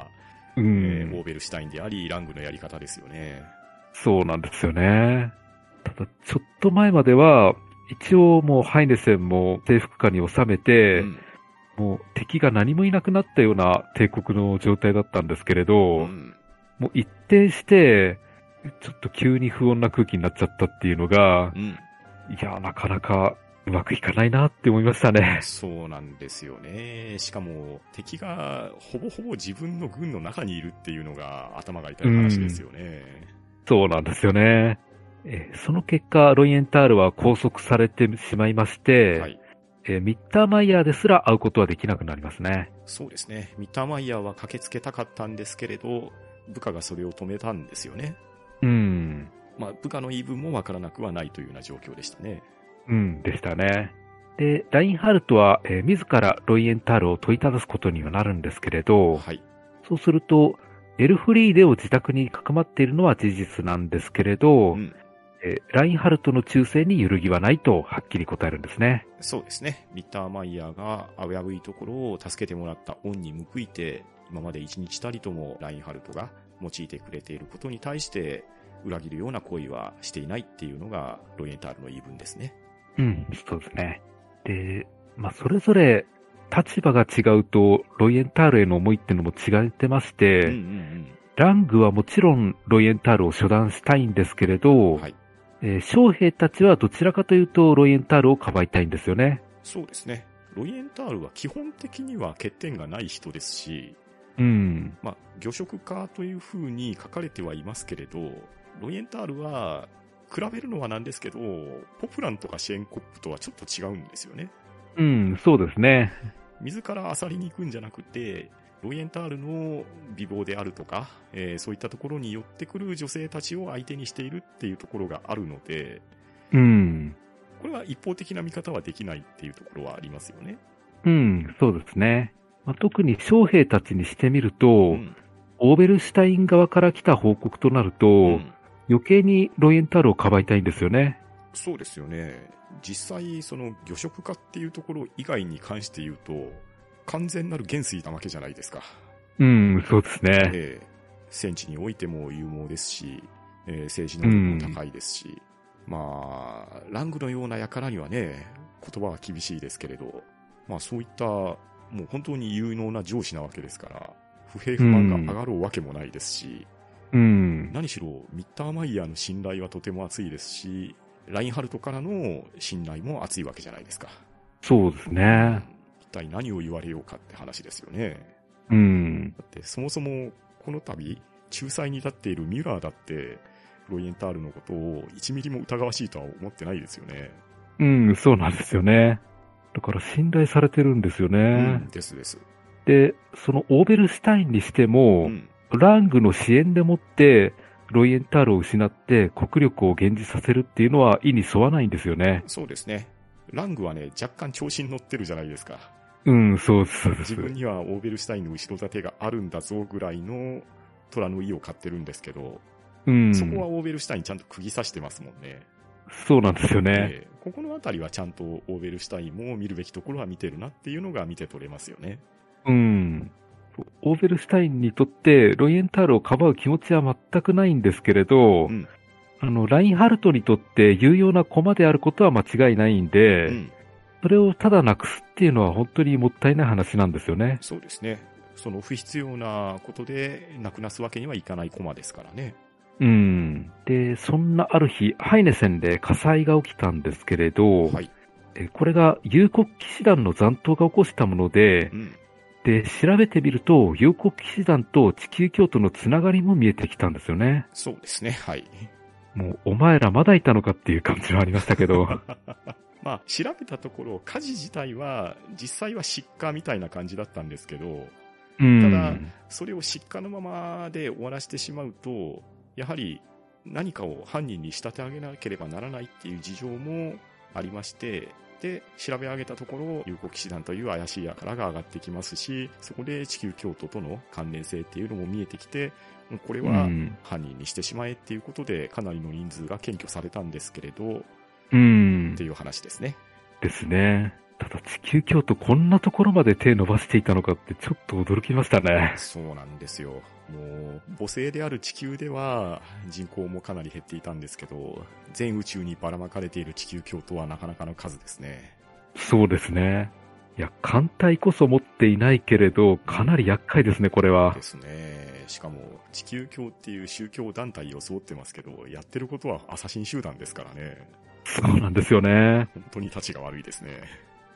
うん。 オーベルシュタインであり、ラングのやり方ですよね。 そうなんですよね。ただ、ちょっと前までは、一応もうハイネセンも征服下に収めて、もう敵が何もいなくなったような帝国の状態だったんですけれど、もう一転して、ちょっと急に不穏な空気になっちゃったっていうのが、いや、なかなかうまくいかないなって思いましたね。 そうなんですよね。しかも、敵がほぼほぼ自分の軍の中にいるっていうのが頭が痛い話ですよね。 そうなんですよね。その結果、ロイエンタールは拘束されてしまいまして、ミッターマイヤーですら会うことはできなくなりますね。 そうですね。ミッターマイヤーは駆けつけたかったんですけれど、部下がそれを止めたんですよね。まあ、部下の言い分もわからなくはないというような状況でしたね。 でしたね。で、ラインハルトは、自らロイエンタールを問いただすことにはなるんですけれど、そうすると、エルフリーデを自宅にかくまっているのは事実なんですけれど、ラインハルトの忠誠に揺るぎはないとはっきり答えるんですね。 そうですね。ミッターマイヤーが危ういところを助けてもらった恩に報いて、今まで一日たりともラインハルトが用いてくれていることに対して裏切るような行為はしていないっていうのがロイエンタールの言い分ですね。 そうですね。で、それぞれ立場が違うとロイエンタールへの思いっていうのも違ってまして、ラングはもちろんロイエンタールを処断したいんですけれど、将兵たちはどちらかというとロイエンタールをかばいたいんですよね。 そうですね。ロイエンタールは基本的には欠点がない人ですし、魚食家という風に書かれてはいますけれど、ロイエンタールは比べるのはなんですけど、ポプランとかシェーンコップとはちょっと違うんですよね。 そうですね。 自ら漁りに行くんじゃなくて、ロイエンタールの美貌であるとか、そういったところに寄ってくる女性たちを相手にしているっていうところがあるので、これは一方的な見方はできないっていうところはありますよね。 そうですね。特に将兵たちにしてみると、オーベルシュタイン側から来た報告となると、余計にロイエンタールをかばいたいんですよね。 そうですよね。実際、その魚食家っていうところ以外に関して言うと、完全なる元帥なわけじゃないですか。 そうですね。 戦地においても勇猛ですし、政治能力も高いですし、ラングのような輩にはね、言葉は厳しいですけれど、そういったもう本当に有能な上司なわけですから、不平不満が上がるわけもないですし、何しろミッターマイヤーの信頼はとても厚いですし、ラインハルトからの信頼も厚いわけじゃないですか。 そうですね。 一体何を言われようかって話ですよね。だってそもそもこの度仲裁に立っているミュラーだってロイエンタールのことを1ミリも疑わしいとは思ってないですよね。 そうなんですよね。だから信頼されてるんですよね。 です。 で、そのオーベルシュタインにしても、ラングの支援でもってロイエンタールを失って国力を減じさせるっていうのは意に沿わないんですよね。 そうですね。ラングはね、若干調子に乗ってるじゃないですか。 そうです。 自分にはオーベルシュタインの後ろ盾があるんだぞぐらいの虎の意を買ってるんですけど、そこはオーベルシュタインちゃんと釘刺してますもんね。 そうなんですよね。 ここのあたりはちゃんとオーベルシュタインも見るべきところは見てるなっていうのが見て取れますよね。 オーベルシュタインにとってロイエンタールをかばう気持ちは全くないんですけれど、ラインハルトにとって有用な駒であることは間違いないんで、それをただなくすっていうのは本当にもったいない話なんですよね。 そうですね。その不必要なことでなくなすわけにはいかない駒ですからね。 で、そんなある日、ハイネセンで火災が起きたんですけれど、これが幽谷騎士団の残党が起こしたもので、で、調べてみると、幽谷騎士団と地球教徒のつながりも見えてきたんですよね。 そうですね、 もう、お前らまだいたのかっていう感じはありましたけど。 調べたところ、火事自体は、実際は失火みたいな感じだったんですけど、ただ、それを失火のままで終わらせてしまうと、やはり何かを犯人に仕立て上げなければならないっていう事情もありまして、で、調べ上げたところ、幽谷騎士団という怪しい輩が上がってきますし、そこで地球教徒との関連性っていうのも見えてきて、これは犯人にしてしまえっていうことで、かなりの人数が検挙されたんですけれど、っていう話ですね。 ですね。 ただ地球京都こんなところまで手伸ばしていたのかってちょっと驚きましたね。 そうなんですよ。もう、母星である地球では人口もかなり減っていたんですけど、全宇宙にばらまかれている地球京都はなかなかの数ですね。 そうですね。いや、艦隊こそ持っていないけれど、かなり厄介ですね、これは。 ですね。しかも、地球教っていう宗教団体を装ってますけど、やってることはアサシン集団ですからね。 そうなんですよね。 本当に立ちが悪いですね。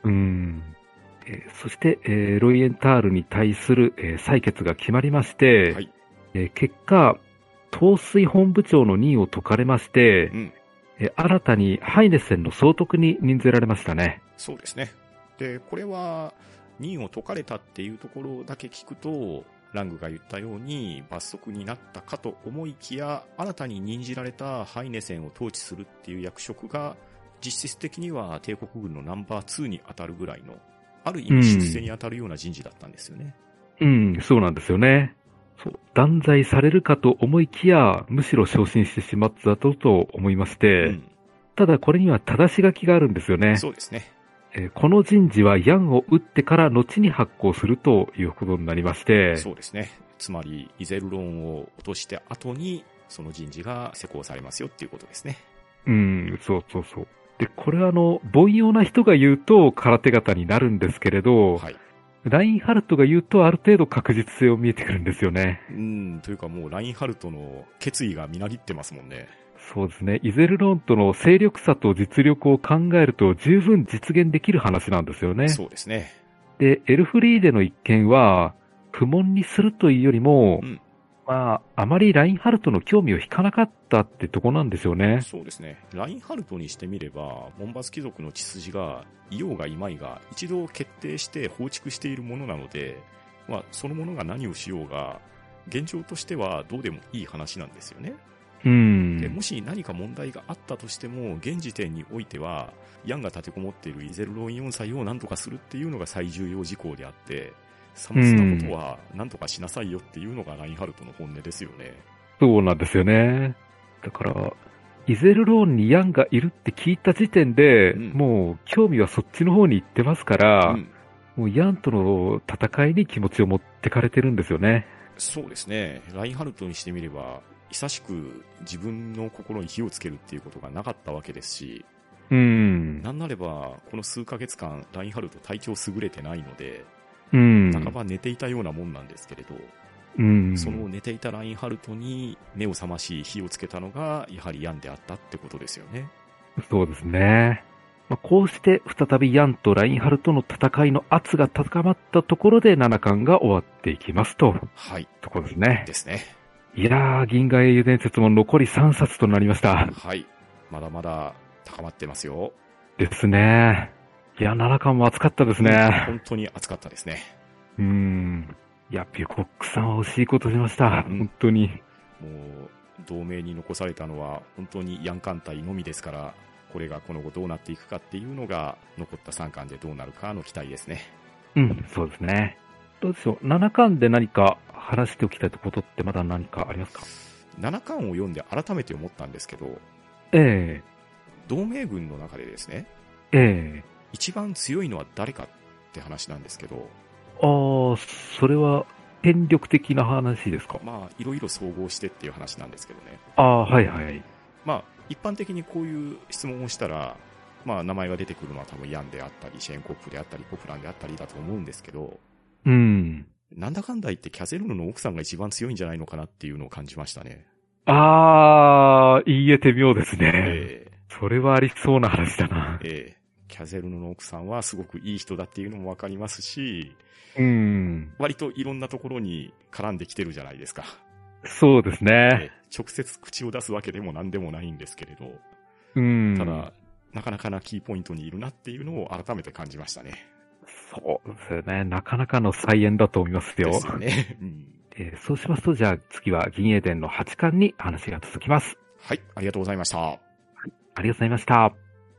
そして、ロイエンタールに対する、採決が決まりまして、 はい。 結果、統帥本部長の任を解かれまして、新たにハイネセンの総督に任ぜられましたね。 そうですね。で、これは、任を解かれたっていうところだけ聞くと、ラングが言ったように罰則になったかと思いきや、新たに任じられたハイネセンを統治するっていう役職が、実質的には帝国軍のナンバー2に当たるぐらいの、ある意味出世に当たるような人事だったんですよね。 そうなんですよね。そう、断罪されるかと思いきや、むしろ昇進してしまったと思いまして、ただこれには正し書きがあるんですよね。 そうですね。 この人事はヤンを撃ってから後に発行するということになりまして。 そうですね。つまり、イゼルロンを落として後に、その人事が施行されますよっていうことですね。 そう。で、これは凡庸な人が言うと空手型になるんですけれど、はい、ラインハルトが言うとある程度確実性を見えてくるんですよね。 というかもうラインハルトの決意がみなぎってますもんね。 そうですね。イゼルロンとの勢力差と実力を考えると十分実現できる話なんですよね。 そうですね。 で、エルフリーデの一件は、不問にするというよりも、あまりラインハルトの興味を引かなかったってとこなんですよね。 そうですね。ラインハルトにしてみれば、モンバス貴族の血筋が、いようがいまいが、一度決定して放逐しているものなので、そのものが何をしようが、現状としてはどうでもいい話なんですよね。でもし何か問題があったとしても、現時点においては、ヤンが立てこもっているイゼルロン4歳を何とかするっていうのが最重要事項であって、さまつなことは何とかしなさいよっていうのがラインハルトの本音ですよね。 そうなんですよね。だから、イゼルローンにヤンがいるって聞いた時点で、もう興味はそっちの方に行ってますから、もうヤンとの戦いに気持ちを持ってかれてるんですよね。 そうですね。ラインハルトにしてみれば、久しく自分の心に火をつけるっていうことがなかったわけですし、なんなれば、この数ヶ月間、ラインハルト体調優れてないので、半ば寝ていたようなもんなんですけれど、その寝ていたラインハルトに目を覚まし火をつけたのが、やはりヤンであったってことですよね。 そうですね。こうして再びヤンとラインハルトの戦いの圧が高まったところで7巻が終わっていきますと。 はい。 ところですね。 ですね。 いやー、銀河英雄伝説も残り3冊となりました。 はい。まだまだ高まってますよ。 ですね。いや、7巻も熱かったですね。 本当に熱かったですね。 いや、ビュコックさんは惜しいことしました。本当に。 もう、同盟に残されたのは本当にヤン艦隊のみですから、これがこの後どうなっていくかっていうのが、残った3巻でどうなるかの期待ですね。 そうですね。どうでしょう。7巻で何か話しておきたいことってまだ何かありますか？ 7 巻を読んで改めて思ったんですけど、同盟軍の中でですね、一番強いのは誰かって話なんですけど。 それは権力的な話ですか？ いろいろ総合してっていう話なんですけどね。 はいはい。 一般的にこういう質問をしたら、名前が出てくるのは多分ヤンであったり、シェーンコップであったり、ポプランであったりだと思うんですけど、なんだかんだ言ってキャゼルヌの奥さんが一番強いんじゃないのかなっていうのを感じましたね。 言えて妙ですね。それはありそうな話だな。 キャゼルヌの奥さんはすごくいい人だっていうのもわかりますし、割といろんなところに絡んできてるじゃないですか。 そうですね。 直接口を出すわけでも何でもないんですけれど、ただ、なかなかなキーポイントにいるなっていうのを改めて感じましたね。 そうですよね。なかなかの再演だと思いますよ。 ですよね。 そうしますと、じゃあ次は銀英伝の8巻に話が続きます。 はい、ありがとうございました。 ありがとうございました。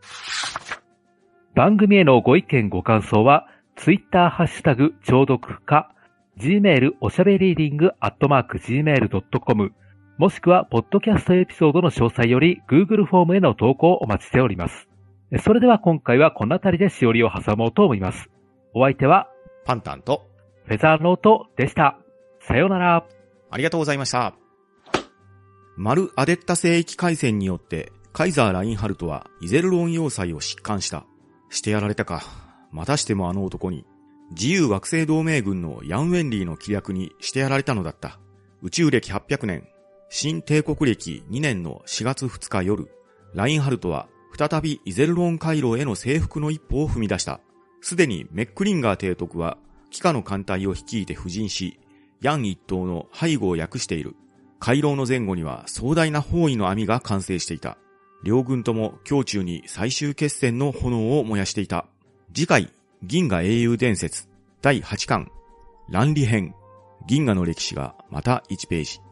番組へのご意見ご感想は、Twitter ハッシュタグ聴読か、Gmail おしゃべりーディング@gmail.com もしくは、ポッドキャストエピソードの詳細より Google フォームへの投稿をお待ちしております。 それでは今回はこの辺りでしおりを挟もうと思います。お相手はパンタンとフェザーノートでした。さようなら。 ありがとうございました。マル・アデッタ聖域海戦によってカイザー・ラインハルトはイゼルロン要塞を疾患した。してやられたか。またしてもあの男に。自由惑星同盟軍のヤン・ウェンリーの規約にしてやられたのだった。宇宙歴800年、新帝国歴2年の4月2日夜、ラインハルトは再びイゼルロン回廊への征服の一歩を踏み出した。すでにメックリンガー提督は帰化の艦隊を率いて布陣し、ヤン一党の背後を訳している。回廊の前後には壮大な包囲の網が完成していた。両軍とも胸中に最終決戦の炎を燃やしていた。次回、銀河英雄伝説第8巻、乱理編。銀河の歴史がまた1ページ。